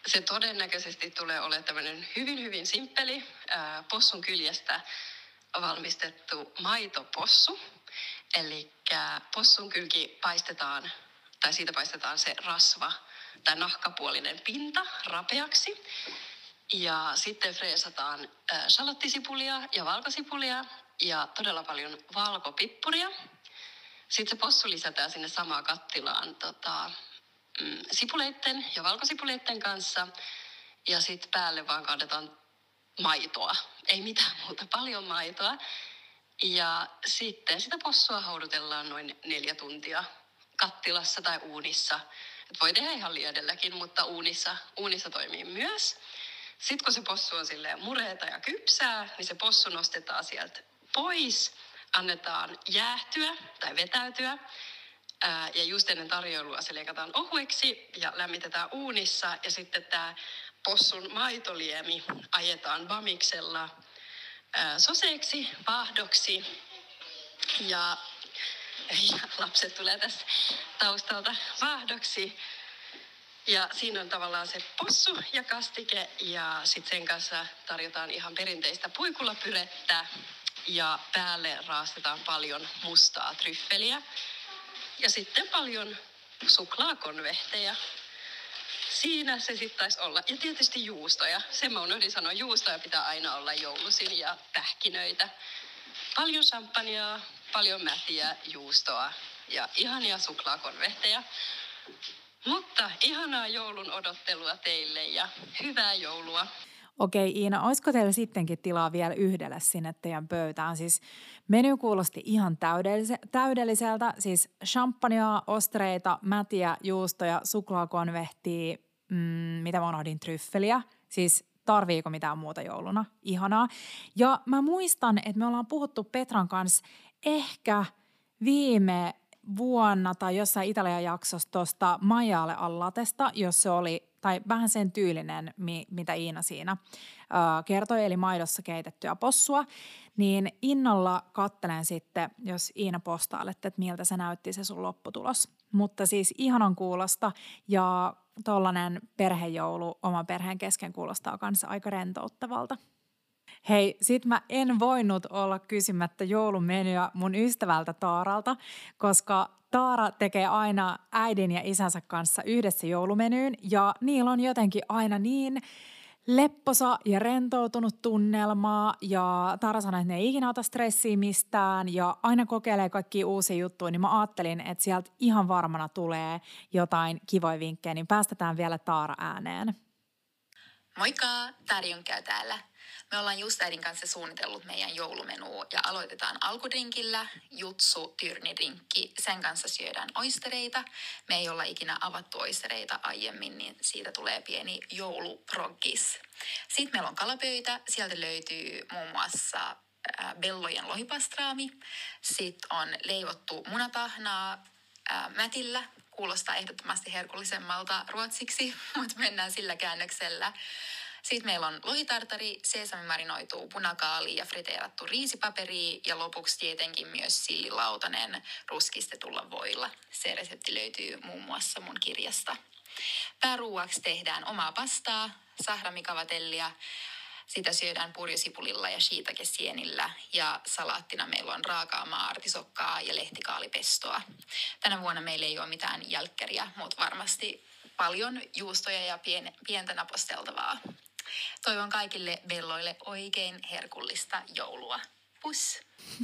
se todennäköisesti tulee olemaan tämmöinen hyvin, hyvin simppeli ää, possun kyljestä valmistettu maitopossu. Eli possun kylki paistetaan, tai siitä paistetaan se rasva tai nahkapuolinen pinta rapeaksi. Ja sitten freesataan ää, salottisipulia ja valkosipulia ja todella paljon valkopippuria. Sitten se possu lisätään sinne samaan kattilaan tota, mm, sipuleitten ja valkosipuleitten kanssa. Ja sitten päälle vaan kaadetaan maitoa. Ei mitään muuta, paljon maitoa. Ja sitten sitä possua haudutellaan noin neljä tuntia kattilassa tai uunissa. Et voi tehdä ihan liedelläkin, mutta uunissa, uunissa toimii myös. Sitten kun se possu on silleen mureeta ja kypsää, niin se possu nostetaan sieltä pois. Annetaan jäähtyä tai vetäytyä. Ää, ja just ennen tarjoilua se leikataan ohueksi ja lämmitetään uunissa. Ja sitten tämä possun maitoliemi ajetaan bamiksella ää, soseeksi, vaahdoksi. Ja, ja lapset tulee tässä taustalta vaahdoksi. Ja siinä on tavallaan se possu ja kastike ja sitten sen kanssa tarjotaan ihan perinteistä puikulapyrettä. Ja päälle raastetaan paljon mustaa tryffeliä ja sitten paljon suklaakonvehteja. Siinä se sitten taisi olla. Ja tietysti juustoja. Sen mä unohdin sanoa, juustoja pitää aina olla joulusin ja pähkinöitä. Paljon champagnea, paljon mätiä, juustoa ja ihania suklaakonvehteja. Mutta ihanaa joulun odottelua teille ja hyvää joulua. Okei Iina, olisiko teillä sittenkin tilaa vielä yhdelle sinne teidän pöytään? Siis menu kuulosti ihan täydelliseltä, siis champagnea, ostreita, mätiä, juustoja, suklaakonvehtia, mm, mitä mä unohdin, tryffeliä. Siis tarviiko mitään muuta jouluna? Ihanaa. Ja mä muistan, että me ollaan puhuttu Petran kanssa ehkä viime vuonna tai jossain Italian jaksossa tuosta maiale allatesta, jos se oli tai vähän sen tyylinen, mi, mitä Iina siinä ö, kertoi, eli maidossa keitettyä possua, niin innolla katselen sitten, jos Iina postailette, että miltä se näytti se sun lopputulos. Mutta siis ihanan kuulosta ja tollainen perhejoulu oman perheen kesken kuulostaa kanssa aika rentouttavalta. Hei, sit mä en voinut olla kysymättä joulumenyä mun ystävältä Taaralta, koska Taara tekee aina äidin ja isänsä kanssa yhdessä joulumenyyn ja niillä on jotenkin aina niin lepposa ja rentoutunut tunnelmaa ja Taara sanoi, että ne ei ikinä ota stressiä mistään ja aina kokeilee kaikkia uusia juttuja, niin mä ajattelin, että sieltä ihan varmana tulee jotain kivoja vinkkejä, niin päästetään vielä Taara ääneen. Moikka, Tarjon käy täällä. Me ollaan just äidin kanssa suunnitellut meidän joulumenua ja aloitetaan alkudrinkillä, jutsu, tyrnidrinkki. Sen kanssa syödään oistereita. Me ei olla ikinä avattu oistereita aiemmin, niin siitä tulee pieni jouluproggis. Sitten meillä on kalapöytä. Sieltä löytyy muun muassa äh, Bellojen lohipastraami. Sitten on leivottu munatahnaa äh, mätillä. Kuulostaa ehdottomasti herkullisemmalta ruotsiksi, mutta mennään sillä käännöksellä. Sitten meillä on lohitartari, seesamimarinoitu punakaali ja friteerattu riisipaperi ja lopuksi tietenkin myös sillilautanen ruskistetulla voilla. Se resepti löytyy muun muassa mun kirjasta. Pääruuaksi tehdään omaa pastaa, sahramikavatellia. Sitä syödään purjosipulilla ja shiitakesienillä ja salaattina meillä on raakaa maa-artisokkaa ja lehtikaalipestoa. Tänä vuonna meillä ei ole mitään jälkkäriä, mutta varmasti paljon juustoja ja pien, pientä naposteltavaa. Toivon kaikille belloille oikein herkullista joulua. Pus!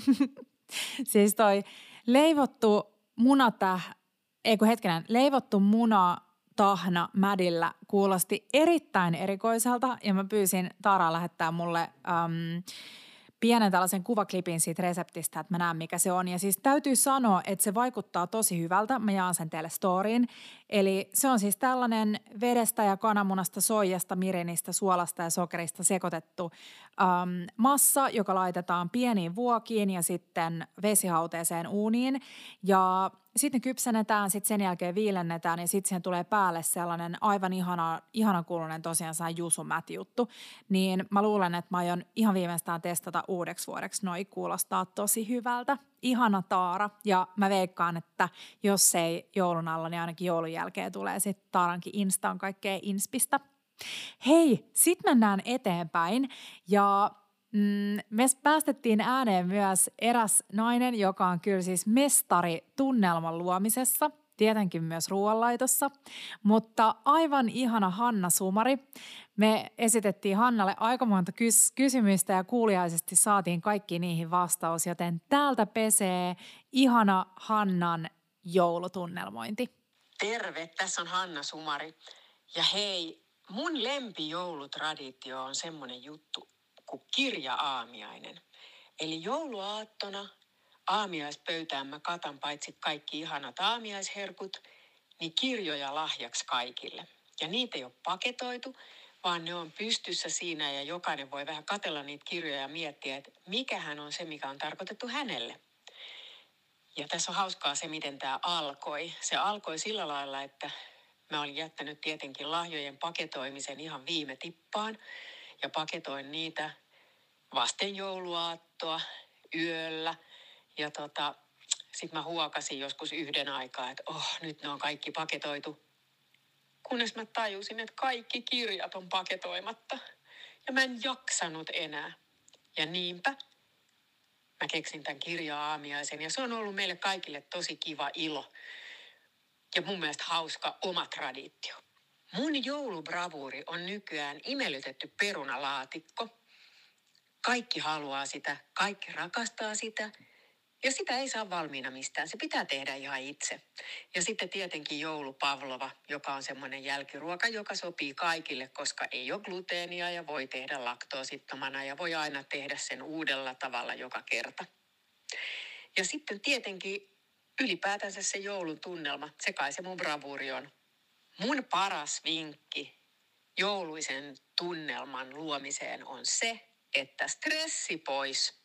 Siis toi leivottu munatäh, ei kun hetkinen, leivottu muna tahna mädillä kuulosti erittäin erikoiselta ja mä pyysin Taaraa lähettää mulle äm, pienen tällaisen kuvaklipin siitä reseptistä, että mä näen mikä se on. Ja siis täytyy sanoa, että se vaikuttaa tosi hyvältä. Mä jaan sen teille storyin. Eli se on siis tällainen vedestä ja kananmunasta, soijasta, mirinistä, suolasta ja sokerista sekoitettu äm, massa, joka laitetaan pieniin vuokiin ja sitten vesihauteeseen uuniin. Ja sitten kypsennetään, sitten sen jälkeen viilennetään ja sitten siihen tulee päälle sellainen aivan ihana, ihana kuulunen tosiaan sellainen juusumäti-juttu. Niin mä luulen, että mä aion ihan viimeistään testata uudeksi vuodeksi. Noi kuulostaa tosi hyvältä. Ihana Taara. Ja mä veikkaan, että jos ei joulun alla, niin ainakin joulun jälkeen tulee sitten Taarankin Instaan kaikkea inspistä. Hei, sit mennään eteenpäin ja mm, me päästettiin ääneen myös eräs nainen, joka on kyllä siis mestari tunnelman luomisessa, tietenkin myös ruoanlaitossa, mutta aivan ihana Hanna Sumari. Me esitettiin Hannalle aika monta kys- kysymystä ja kuuliaisesti saatiin kaikki niihin vastaus, joten täältä pesee ihana Hannan joulutunnelmointi. Terve, tässä on Hanna Sumari. Ja hei, mun lempijoulutraditio on semmoinen juttu kuin kirja-aamiainen. Eli jouluaattona aamiaispöytään mä katan paitsi kaikki ihanat aamiaisherkut, niin kirjoja lahjaksi kaikille. Ja niitä ei ole paketoitu, vaan ne on pystyssä siinä ja jokainen voi vähän katsella niitä kirjoja ja miettiä, että mikähän on se, mikä on tarkoitettu hänelle. Ja tässä on hauskaa se, miten tämä alkoi. Se alkoi sillä lailla, että mä olin jättänyt tietenkin lahjojen paketoimisen ihan viime tippaan ja paketoin niitä vasten jouluaattoa yöllä. Ja tota, sitten mä huokasin joskus yhden aikaa, että oh, nyt ne on kaikki paketoitu. Kunnes mä tajusin, että kaikki kirjat on paketoimatta. Ja mä en jaksanut enää. Ja niinpä mä keksin tämän kirja-aamiaisen ja se on ollut meille kaikille tosi kiva ilo. Ja mun mielestä hauska oma traditio. Mun joulubravuuri on nykyään imellytetty perunalaatikko. Kaikki haluaa sitä, kaikki rakastaa sitä. Ja sitä ei saa valmiina mistään, se pitää tehdä ihan itse. Ja sitten tietenkin joulupavlova, joka on semmoinen jälkiruoka, joka sopii kaikille, koska ei ole gluteenia ja voi tehdä laktoosittomana ja voi aina tehdä sen uudella tavalla joka kerta. Ja sitten tietenkin ylipäätänsä se joulun tunnelma, se kai se mun bravuuri on. Mun paras vinkki jouluisen tunnelman luomiseen on se, että stressi pois.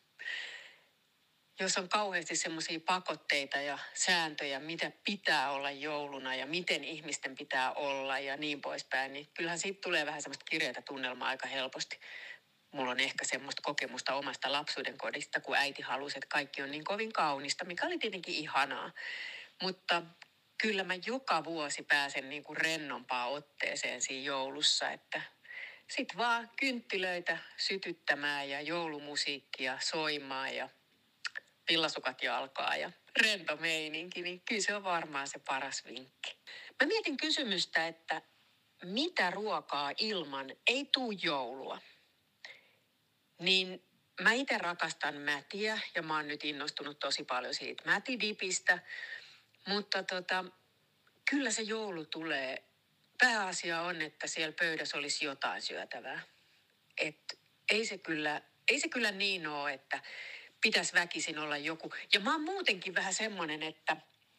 Jos on kauheasti semmoisia pakotteita ja sääntöjä, mitä pitää olla jouluna ja miten ihmisten pitää olla ja niin poispäin, niin kyllähän siitä tulee vähän semmoista kireätä tunnelmaa aika helposti. Mulla on ehkä semmoista kokemusta omasta lapsuuden kodista, kun äiti halusi, että kaikki on niin kovin kaunista, mikä oli tietenkin ihanaa. Mutta kyllä mä joka vuosi pääsen niin kuin rennompaa otteeseen siinä joulussa, että sit vaan kynttilöitä sytyttämään ja joulumusiikkia soimaan ja villasukat jalkaa ja rento meininki, niin kyllä se on varmaan se paras vinkki. Mä mietin kysymystä, että mitä ruokaa ilman ei tuu joulua? Niin mä itse rakastan mätiä ja mä oon nyt innostunut tosi paljon siitä mätidipistä, mutta tota, kyllä se joulu tulee. Pääasia on, että siellä pöydässä olisi jotain syötävää. Et ei se kyllä, ei se kyllä niin ole, että pitäisi väkisin olla joku. Ja mä oon muutenkin vähän semmoinen, että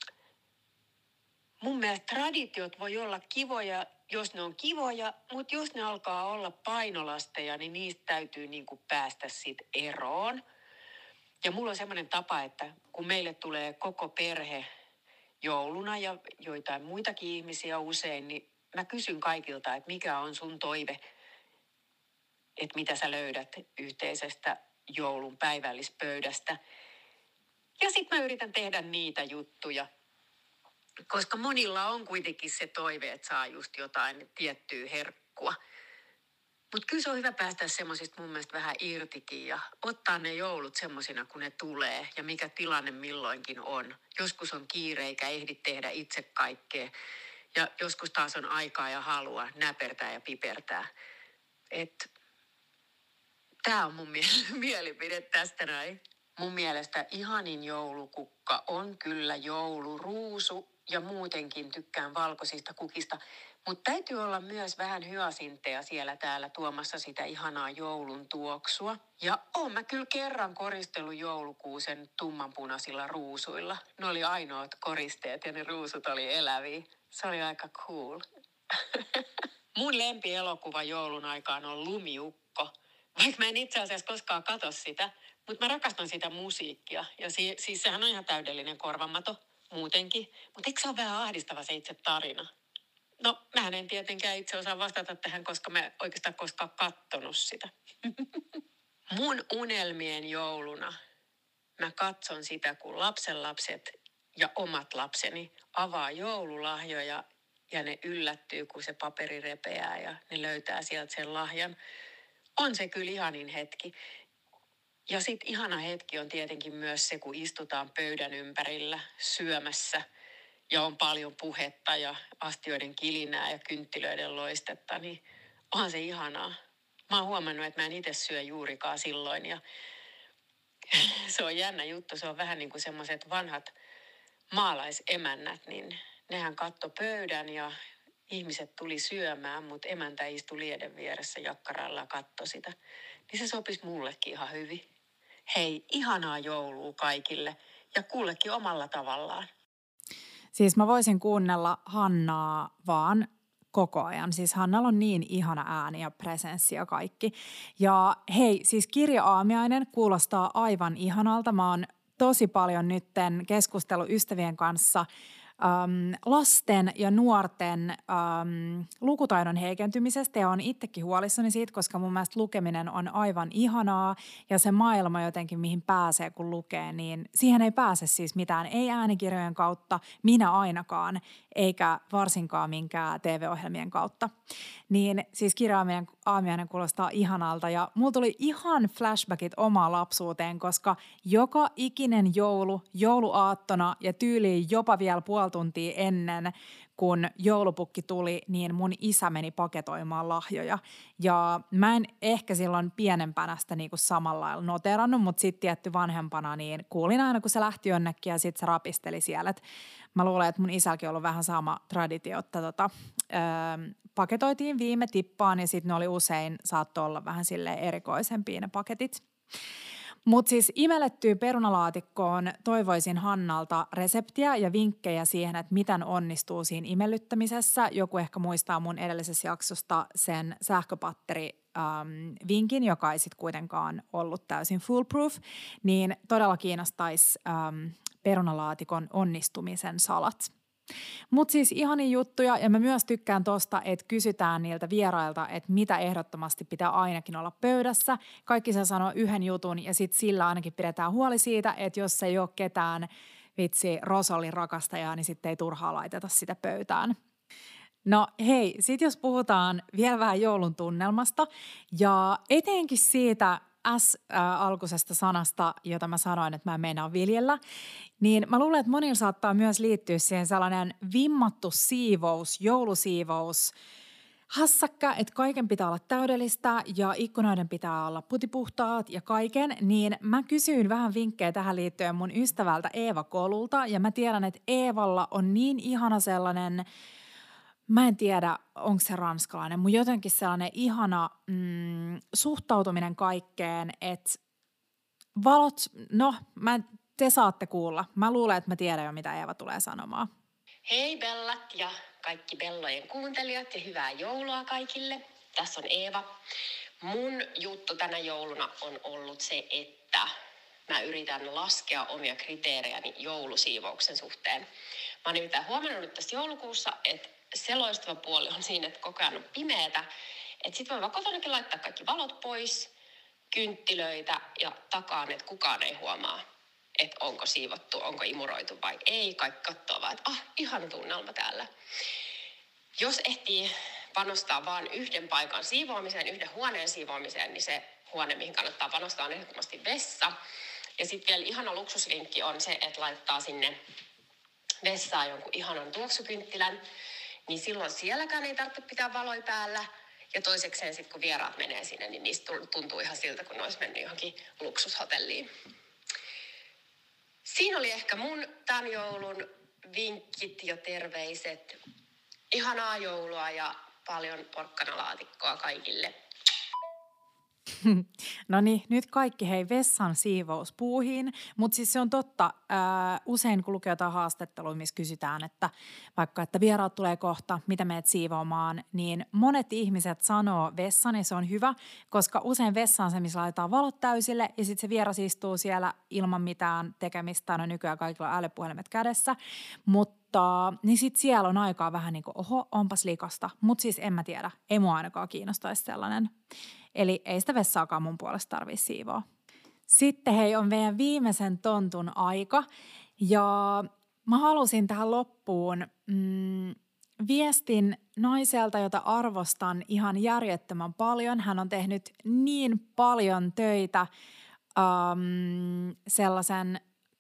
mun mielestä traditiot voi olla kivoja, jos ne on kivoja, mutta jos ne alkaa olla painolasteja, niin niistä täytyy niin kuin päästä sit eroon. Ja mulla on semmoinen tapa, että kun meille tulee koko perhe jouluna ja joitain muitakin ihmisiä usein, niin mä kysyn kaikilta, että mikä on sun toive, että mitä sä löydät yhteisestä joulun päivällispöydästä. Ja sitten mä yritän tehdä niitä juttuja, koska monilla on kuitenkin se toive, että saa just jotain tiettyä herkkua. Mutta kyllä se on hyvä päästä semmoisista mun mielestä vähän irtikin ja ottaa ne joulut semmoisina, kun ne tulee ja mikä tilanne milloinkin on. Joskus on kiire eikä ehdi tehdä itse kaikkea ja joskus taas on aikaa ja halua näpertää ja pipertää. Että tämä on mun mielipide tästä näin. Mun mielestä ihanin joulukukka on kyllä jouluruusu ja muutenkin tykkään valkoisista kukista. Mutta täytyy olla myös vähän hyasinteja siellä täällä tuomassa sitä ihanaa joulun tuoksua. Ja oon mä kyllä kerran koristellut joulukuusen tummanpunaisilla ruusuilla. Ne oli ainoat koristeet ja ne ruusut oli eläviä. Se oli aika cool. Mun lempielokuva joulun aikaan on Lumiukko. Vaikka mä en itse asiassa koskaan katso sitä, mutta mä rakastan sitä musiikkia. Ja si- siis sehän on ihan täydellinen korvamato muutenkin. Mutta eikö se ole vähän ahdistava se itse tarina? No, mähän en tietenkään itse osaa vastata tähän, koska mä oikeastaan koskaan kattonut sitä. Mun unelmien jouluna mä katson sitä, kun lapsenlapset ja omat lapseni avaa joululahjoja ja ne yllättyy, kun se paperi repeää ja ne löytää sieltä sen lahjan. On se kyllä ihanin hetki. Ja sitten ihana hetki on tietenkin myös se, kun istutaan pöydän ympärillä syömässä ja on paljon puhetta ja astioiden kilinää ja kynttilöiden loistetta, niin onhan se ihanaa. Mä oon huomannut, että mä en itse syö juurikaan silloin ja se on jännä juttu. Se on vähän niin kuin semmoiset vanhat maalaisemännät, niin nehän katto pöydän ja ihmiset tuli syömään, mutta emäntä istui lieden vieressä jakkaralla ja katsoi sitä. Niin se sopisi mullekin ihan hyvin. Hei, ihanaa joulua kaikille ja kullekin omalla tavallaan. Siis mä voisin kuunnella Hannaa vaan koko ajan. Siis Hannalla on niin ihana ääni ja presenssi ja kaikki. Ja hei, siis kirja-aamiainen kuulostaa aivan ihanalta. Mä oon tosi paljon nytten keskustellut ystävien kanssa äm, lasten ja nuorten äm, lukutaidon heikentymisestä ja on itsekin huolissani siitä, koska mun mielestä lukeminen on aivan ihanaa ja se maailma jotenkin, mihin pääsee kun lukee, niin siihen ei pääse siis mitään, ei äänikirjojen kautta, minä ainakaan, eikä varsinkaan minkään T V-ohjelmien kautta. Niin siis kirja-aamiainen kuulostaa ihanalta ja mulla tuli ihan flashbackit omaan lapsuuteen, koska joka ikinen joulu, jouluaattona ja tyyliin jopa vielä puoli tuntia ennen, kun joulupukki tuli, niin mun isä meni paketoimaan lahjoja. Ja mä en ehkä silloin pienempänä sitä niin kuin samalla lailla noterannut, mutta sitten tietty vanhempana, niin kuulin aina, kun se lähti jonnekin ja sitten se rapisteli siellä. Et mä luulen, että mun isälläkin on ollut vähän sama traditio, että tota, öö, paketoitiin viime tippaan ja sitten ne oli usein, saattoi olla vähän silleen erikoisempia ne paketit. Mutta siis imellettyyn perunalaatikkoon toivoisin Hannalta reseptiä ja vinkkejä siihen, että miten onnistuu siinä imellyttämisessä. Joku ehkä muistaa mun edellisessä jaksosta sen sähköpatteri-vinkin, ähm, joka ei sitten kuitenkaan ollut täysin foolproof, niin todella kiinnostaisi ähm, perunalaatikon onnistumisen salat. Mutta siis ihania juttuja ja mä myös tykkään tosta, että kysytään niiltä vierailta, että mitä ehdottomasti pitää ainakin olla pöydässä. Kaikki saa sanoa yhden jutun ja sitten sillä ainakin pidetään huoli siitä, että jos ei ole ketään vitsi rosolin rakastajaa, niin sitten ei turhaa laiteta sitä pöytään. No hei, sit jos puhutaan vielä vähän joulun tunnelmasta ja etenkin siitä S-alkuisesta sanasta, jota mä sanoin, että mä en meinaa viljellä, niin mä luulen, että monilla saattaa myös liittyä siihen sellainen vimmattu siivous, joulusiivous, hassakka, että kaiken pitää olla täydellistä ja ikkunoiden pitää olla putipuhtaat ja kaiken, niin mä kysyin vähän vinkkejä tähän liittyen mun ystävältä Eeva Kolulta ja mä tiedän, että Eevalla on niin ihana sellainen, mä en tiedä, onko se ranskalainen, mutta jotenkin sellainen ihana mm, suhtautuminen kaikkeen, että valot, no mä, te saatte kuulla. Mä luulen, että mä tiedän jo, mitä Eeva tulee sanomaan. Hei Bellat ja kaikki Bellojen kuuntelijat ja hyvää joulua kaikille. Tässä on Eeva. Mun juttu tänä jouluna on ollut se, että mä yritän laskea omia kriteerejäni joulusiivouksen suhteen. Mä oon nimittäin huomannut nyt tässä joulukuussa, että se loistava puoli on siinä, että koko ajan on pimeätä. Että sit voi vaan kotonakin laittaa kaikki valot pois, kynttilöitä ja takaan, että kukaan ei huomaa, että onko siivottu, onko imuroitu vai ei. Kaikki katsoo vaan, että ah, ihana tunnelma täällä. Jos ehtii panostaa vaan yhden paikan siivoamiseen, yhden huoneen siivoamiseen, niin se huone, mihin kannattaa panostaa, on ehdottomasti vessa. Ja sitten vielä ihana luksusvinkki on se, että laittaa sinne vessaan jonkun ihanan tuoksukynttilän, niin silloin sielläkään ei tarvitse pitää valoja päällä. Ja toisekseen sitten kun vieraat menee sinne, niin niistä tuntuu ihan siltä, kun ne olisi mennyt johonkin luksushotelliin. Siinä oli ehkä mun tämän joulun vinkkit ja terveiset. Ihanaa joulua ja paljon porkkanalaatikkoa kaikille. No niin, nyt kaikki hei vessan siivouspuuhiin, mutta siis se on totta, ää, usein kun lukee jotain haastattelua, missä kysytään, että vaikka että vieraat tulee kohta, mitä meet siivoamaan, niin monet ihmiset sanoo vessan ja se on hyvä, koska usein vessa on se, missä laitetaan valot täysille ja sitten se vieras istuu siellä ilman mitään tekemistä, no nykyään kaikilla on älypuhelimet kädessä, mutta niin sitten siellä on aikaa vähän niin kuin, oho, onpas likasta, mutta siis en mä tiedä, ei mua ainakaan kiinnostaisi sellainen. Eli ei sitä vessaakaan mun puolesta tarvitse siivoa. Sitten hei, on meidän viimeisen tontun aika. Ja mä halusin tähän loppuun mm, viestin naiselta, jota arvostan ihan järjettömän paljon. Hän on tehnyt niin paljon töitä um, sellaisen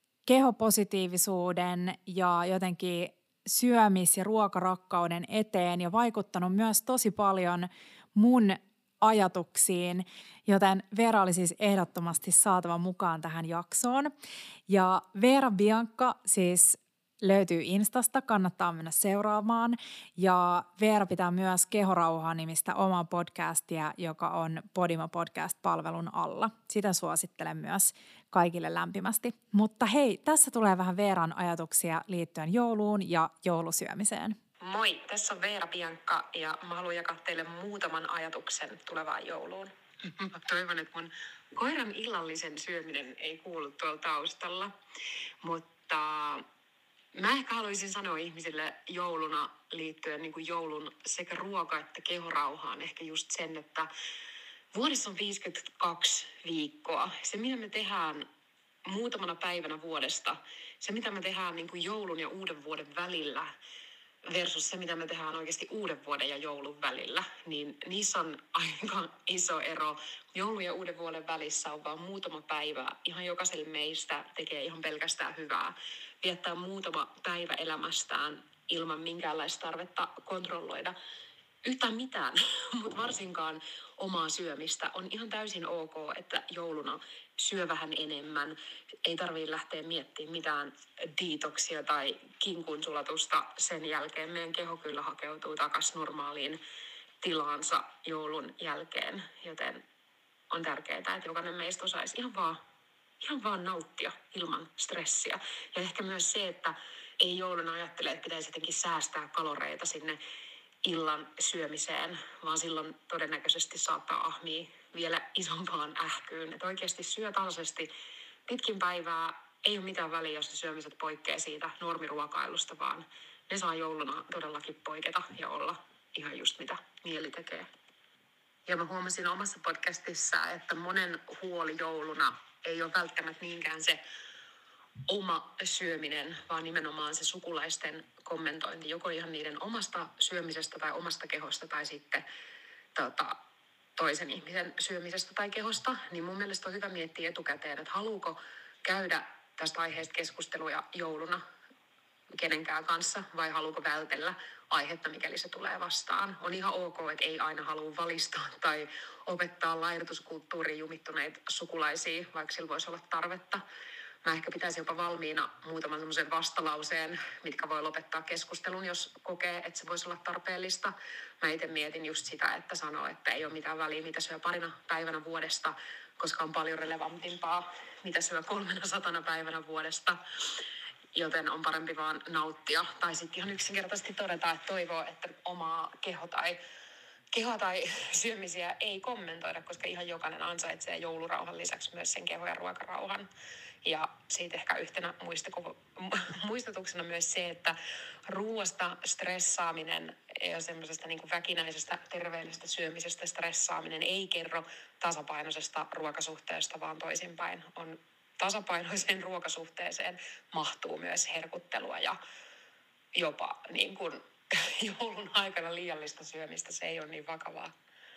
kehopositiivisuuden ja jotenkin syömis- ja ruokarakkauden eteen ja vaikuttanut myös tosi paljon mun ajatuksiin, joten Veera oli siis ehdottomasti saatava mukaan tähän jaksoon. Ja Veera Bianca siis löytyy Instasta, kannattaa mennä seuraamaan. Ja Veera pitää myös Kehorauhaa nimistä omaa podcastia, joka on Podimo Podcast-palvelun alla. Sitä suosittelen myös kaikille lämpimästi. Mutta hei, tässä tulee vähän Veeran ajatuksia liittyen jouluun ja joulusyömiseen. Moi, tässä on Veera Bianca ja mä haluan jakaa teille muutaman ajatuksen tulevaan jouluun. Mä toivon, että mun koiran illallisen syöminen ei kuulu tuolla taustalla, mutta mä ehkä haluaisin sanoa ihmisille jouluna liittyen niin kuin joulun sekä ruoka- että kehorauhaan ehkä just sen, että vuodessa on viisikymmentäkaksi viikkoa. Se, mitä me tehdään muutamana päivänä vuodesta, se, mitä me tehdään niin kuin joulun ja uuden vuoden välillä, versus se, mitä me tehdään oikeasti uuden vuoden ja joulun välillä, niin niissä on aika iso ero. Joulun ja uuden vuoden välissä on vaan muutama päivä. Ihan jokaiselle meistä tekee ihan pelkästään hyvää. Viettää muutama päivä elämästään ilman minkäänlaista tarvetta kontrolloida yhtään mitään, mutta varsinkaan omaa syömistä. On ihan täysin ok, että jouluna syö vähän enemmän. Ei tarvitse lähteä miettimään mitään detoxia tai kinkunsulatusta sen jälkeen. Meidän keho kyllä hakeutuu takaisin normaaliin tilaansa joulun jälkeen, joten on tärkeää, että jokainen meistä osaisi ihan vaan, ihan vaan nauttia ilman stressiä. Ja ehkä myös se, että ei jouluna ajattele, että pitäisi jotenkin säästää kaloreita sinne illan syömiseen, vaan silloin todennäköisesti saattaa ahmia vielä isompaan ähkyyn. Että oikeasti syö tasaisesti pitkin päivää, ei ole mitään väliä, jos ne syömiset poikkeaa siitä normiruokailusta, vaan ne saa jouluna todellakin poiketa ja olla ihan just mitä mieli tekee. Ja mä huomasin omassa podcastissa, että monen huoli jouluna ei ole välttämättä niinkään se oma syöminen, vaan nimenomaan se sukulaisten kommentointi, joko ihan niiden omasta syömisestä tai omasta kehosta tai sitten tota, toisen ihmisen syömisestä tai kehosta, niin mun mielestä on hyvä miettiä etukäteen, että haluuko käydä tästä aiheesta keskusteluja jouluna kenenkään kanssa vai haluuko vältellä aihetta, mikäli se tulee vastaan. On ihan ok, että ei aina halua valistaa tai opettaa laihdutuskulttuuriin jumittuneita sukulaisia, vaikka sillä voisi olla tarvetta. Mä ehkä pitäisin jopa valmiina muutaman semmoisen vastalauseen, mitkä voi lopettaa keskustelun, jos kokee, että se voisi olla tarpeellista. Mä itse mietin just sitä, että sanoo, että ei ole mitään väliä, mitä syö parina päivänä vuodesta, koska on paljon relevantimpaa, mitä syö kolmena satana päivänä vuodesta. Joten on parempi vaan nauttia. Tai sitten ihan yksinkertaisesti todeta, että toivoo, että omaa keho tai, keho tai syömisiä ei kommentoida, koska ihan jokainen ansaitsee joulurauhan lisäksi myös sen keho- ja ruokarauhan. Ja siitä ehkä yhtenä muistutuksena myös se, että ruoasta stressaaminen ja semmoisesta niin kuin väkinäisestä terveellisestä syömisestä stressaaminen ei kerro tasapainoisesta ruokasuhteesta, vaan toisinpäin. On tasapainoiseen ruokasuhteeseen mahtuu myös herkuttelua ja jopa niin kuin joulun aikana liiallista syömistä. Se ei ole niin vakavaa.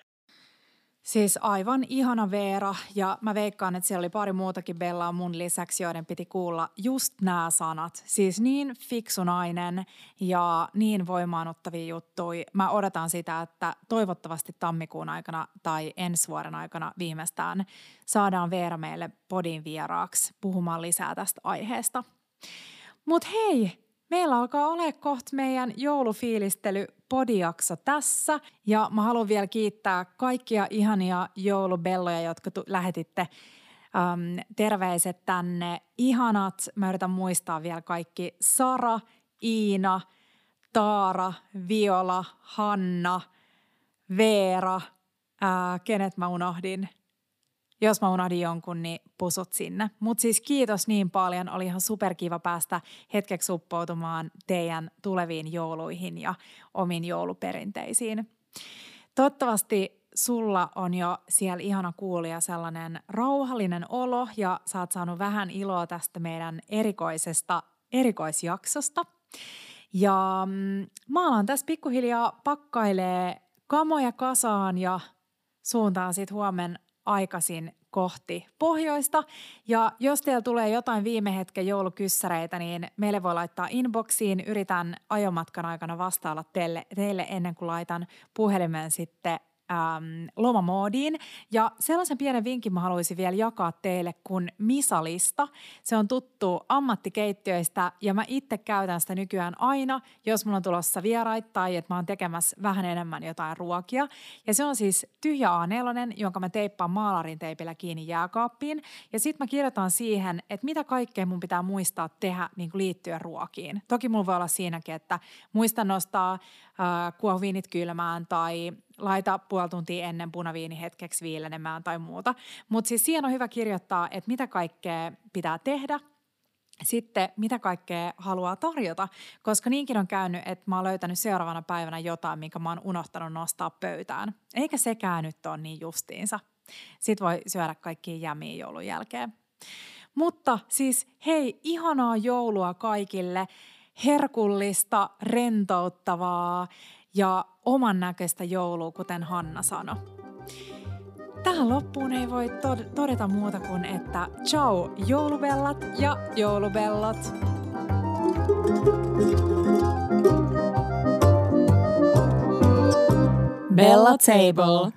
Siis aivan ihana Veera, ja mä veikkaan, että siellä oli pari muutakin Bellaa mun lisäksi, joiden piti kuulla just nämä sanat. Siis niin fiksu nainen ja niin voimaanottavia juttuja. Mä odotan sitä, että toivottavasti tammikuun aikana tai ensi vuoden aikana viimeistään saadaan Veera meille podin vieraaksi puhumaan lisää tästä aiheesta. Mut hei! Meillä alkaa olla kohta meidän joulufiilistely-podijakso tässä ja mä haluan vielä kiittää kaikkia ihania joulubelloja, jotka tu- lähetitte äm, terveiset tänne. Ihanat, mä yritän muistaa vielä kaikki, Sara, Iina, Taara, Viola, Hanna, Veera, ää, kenet mä unohdin. Jos mä unohdin jonkun, niin pusut sinne. Mutta siis kiitos niin paljon. Oli ihan superkiva päästä hetkeksi uppoutumaan teidän tuleviin jouluihin ja omiin jouluperinteisiin. Toivottavasti sulla on jo siellä ihana kuulija sellainen rauhallinen olo ja sä oot saanut vähän iloa tästä meidän erikoisesta erikoisjaksosta. Ja mm, mä alan tässä pikkuhiljaa pakkailee kamoja kasaan ja suuntaan sitten huomen aikaisin kohti pohjoista. Ja jos teillä tulee jotain viime hetken joulukyssäreitä, niin meille voi laittaa inboxiin. Yritän ajomatkan aikana vastailla teille, teille ennen kuin laitan puhelimen sitten äm, lomamoodiin. Ja sellaisen pienen vinkin mä haluaisin vielä jakaa teille kuin Misalista. Se on tuttu ammattikeittiöistä ja mä itse käytän sitä nykyään aina, jos mulla on tulossa vieraita tai että mä oon tekemässä vähän enemmän jotain ruokia. Ja se on siis tyhjä A neljä, jonka mä teippaan maalarin teipillä kiinni jääkaappiin. Ja sit mä kirjoitan siihen, että mitä kaikkea mun pitää muistaa tehdä niin kuin liittyen ruokiin. Toki mulla voi olla siinäkin, että muista nostaa äh, kuohuviinit kylmään tai laita puoli tuntia ennen punaviini hetkeksi viilenemään tai muuta. Mutta siis siihen on hyvä kirjoittaa, että mitä kaikkea pitää tehdä, sitten mitä kaikkea haluaa tarjota, koska niinkin on käynyt, että mä oon löytänyt seuraavana päivänä jotain, minkä mä oon unohtanut nostaa pöytään. Eikä sekään nyt ole niin justiinsa. Sitten voi syödä kaikkia jämiä joulun jälkeen. Mutta siis hei, ihanaa joulua kaikille, herkullista, rentouttavaa ja oman näköistä joulua, kuten Hanna sanoi. Tähän loppuun ei voi todeta muuta kuin, että ciao joulubellat ja joulubellot. Bella Table.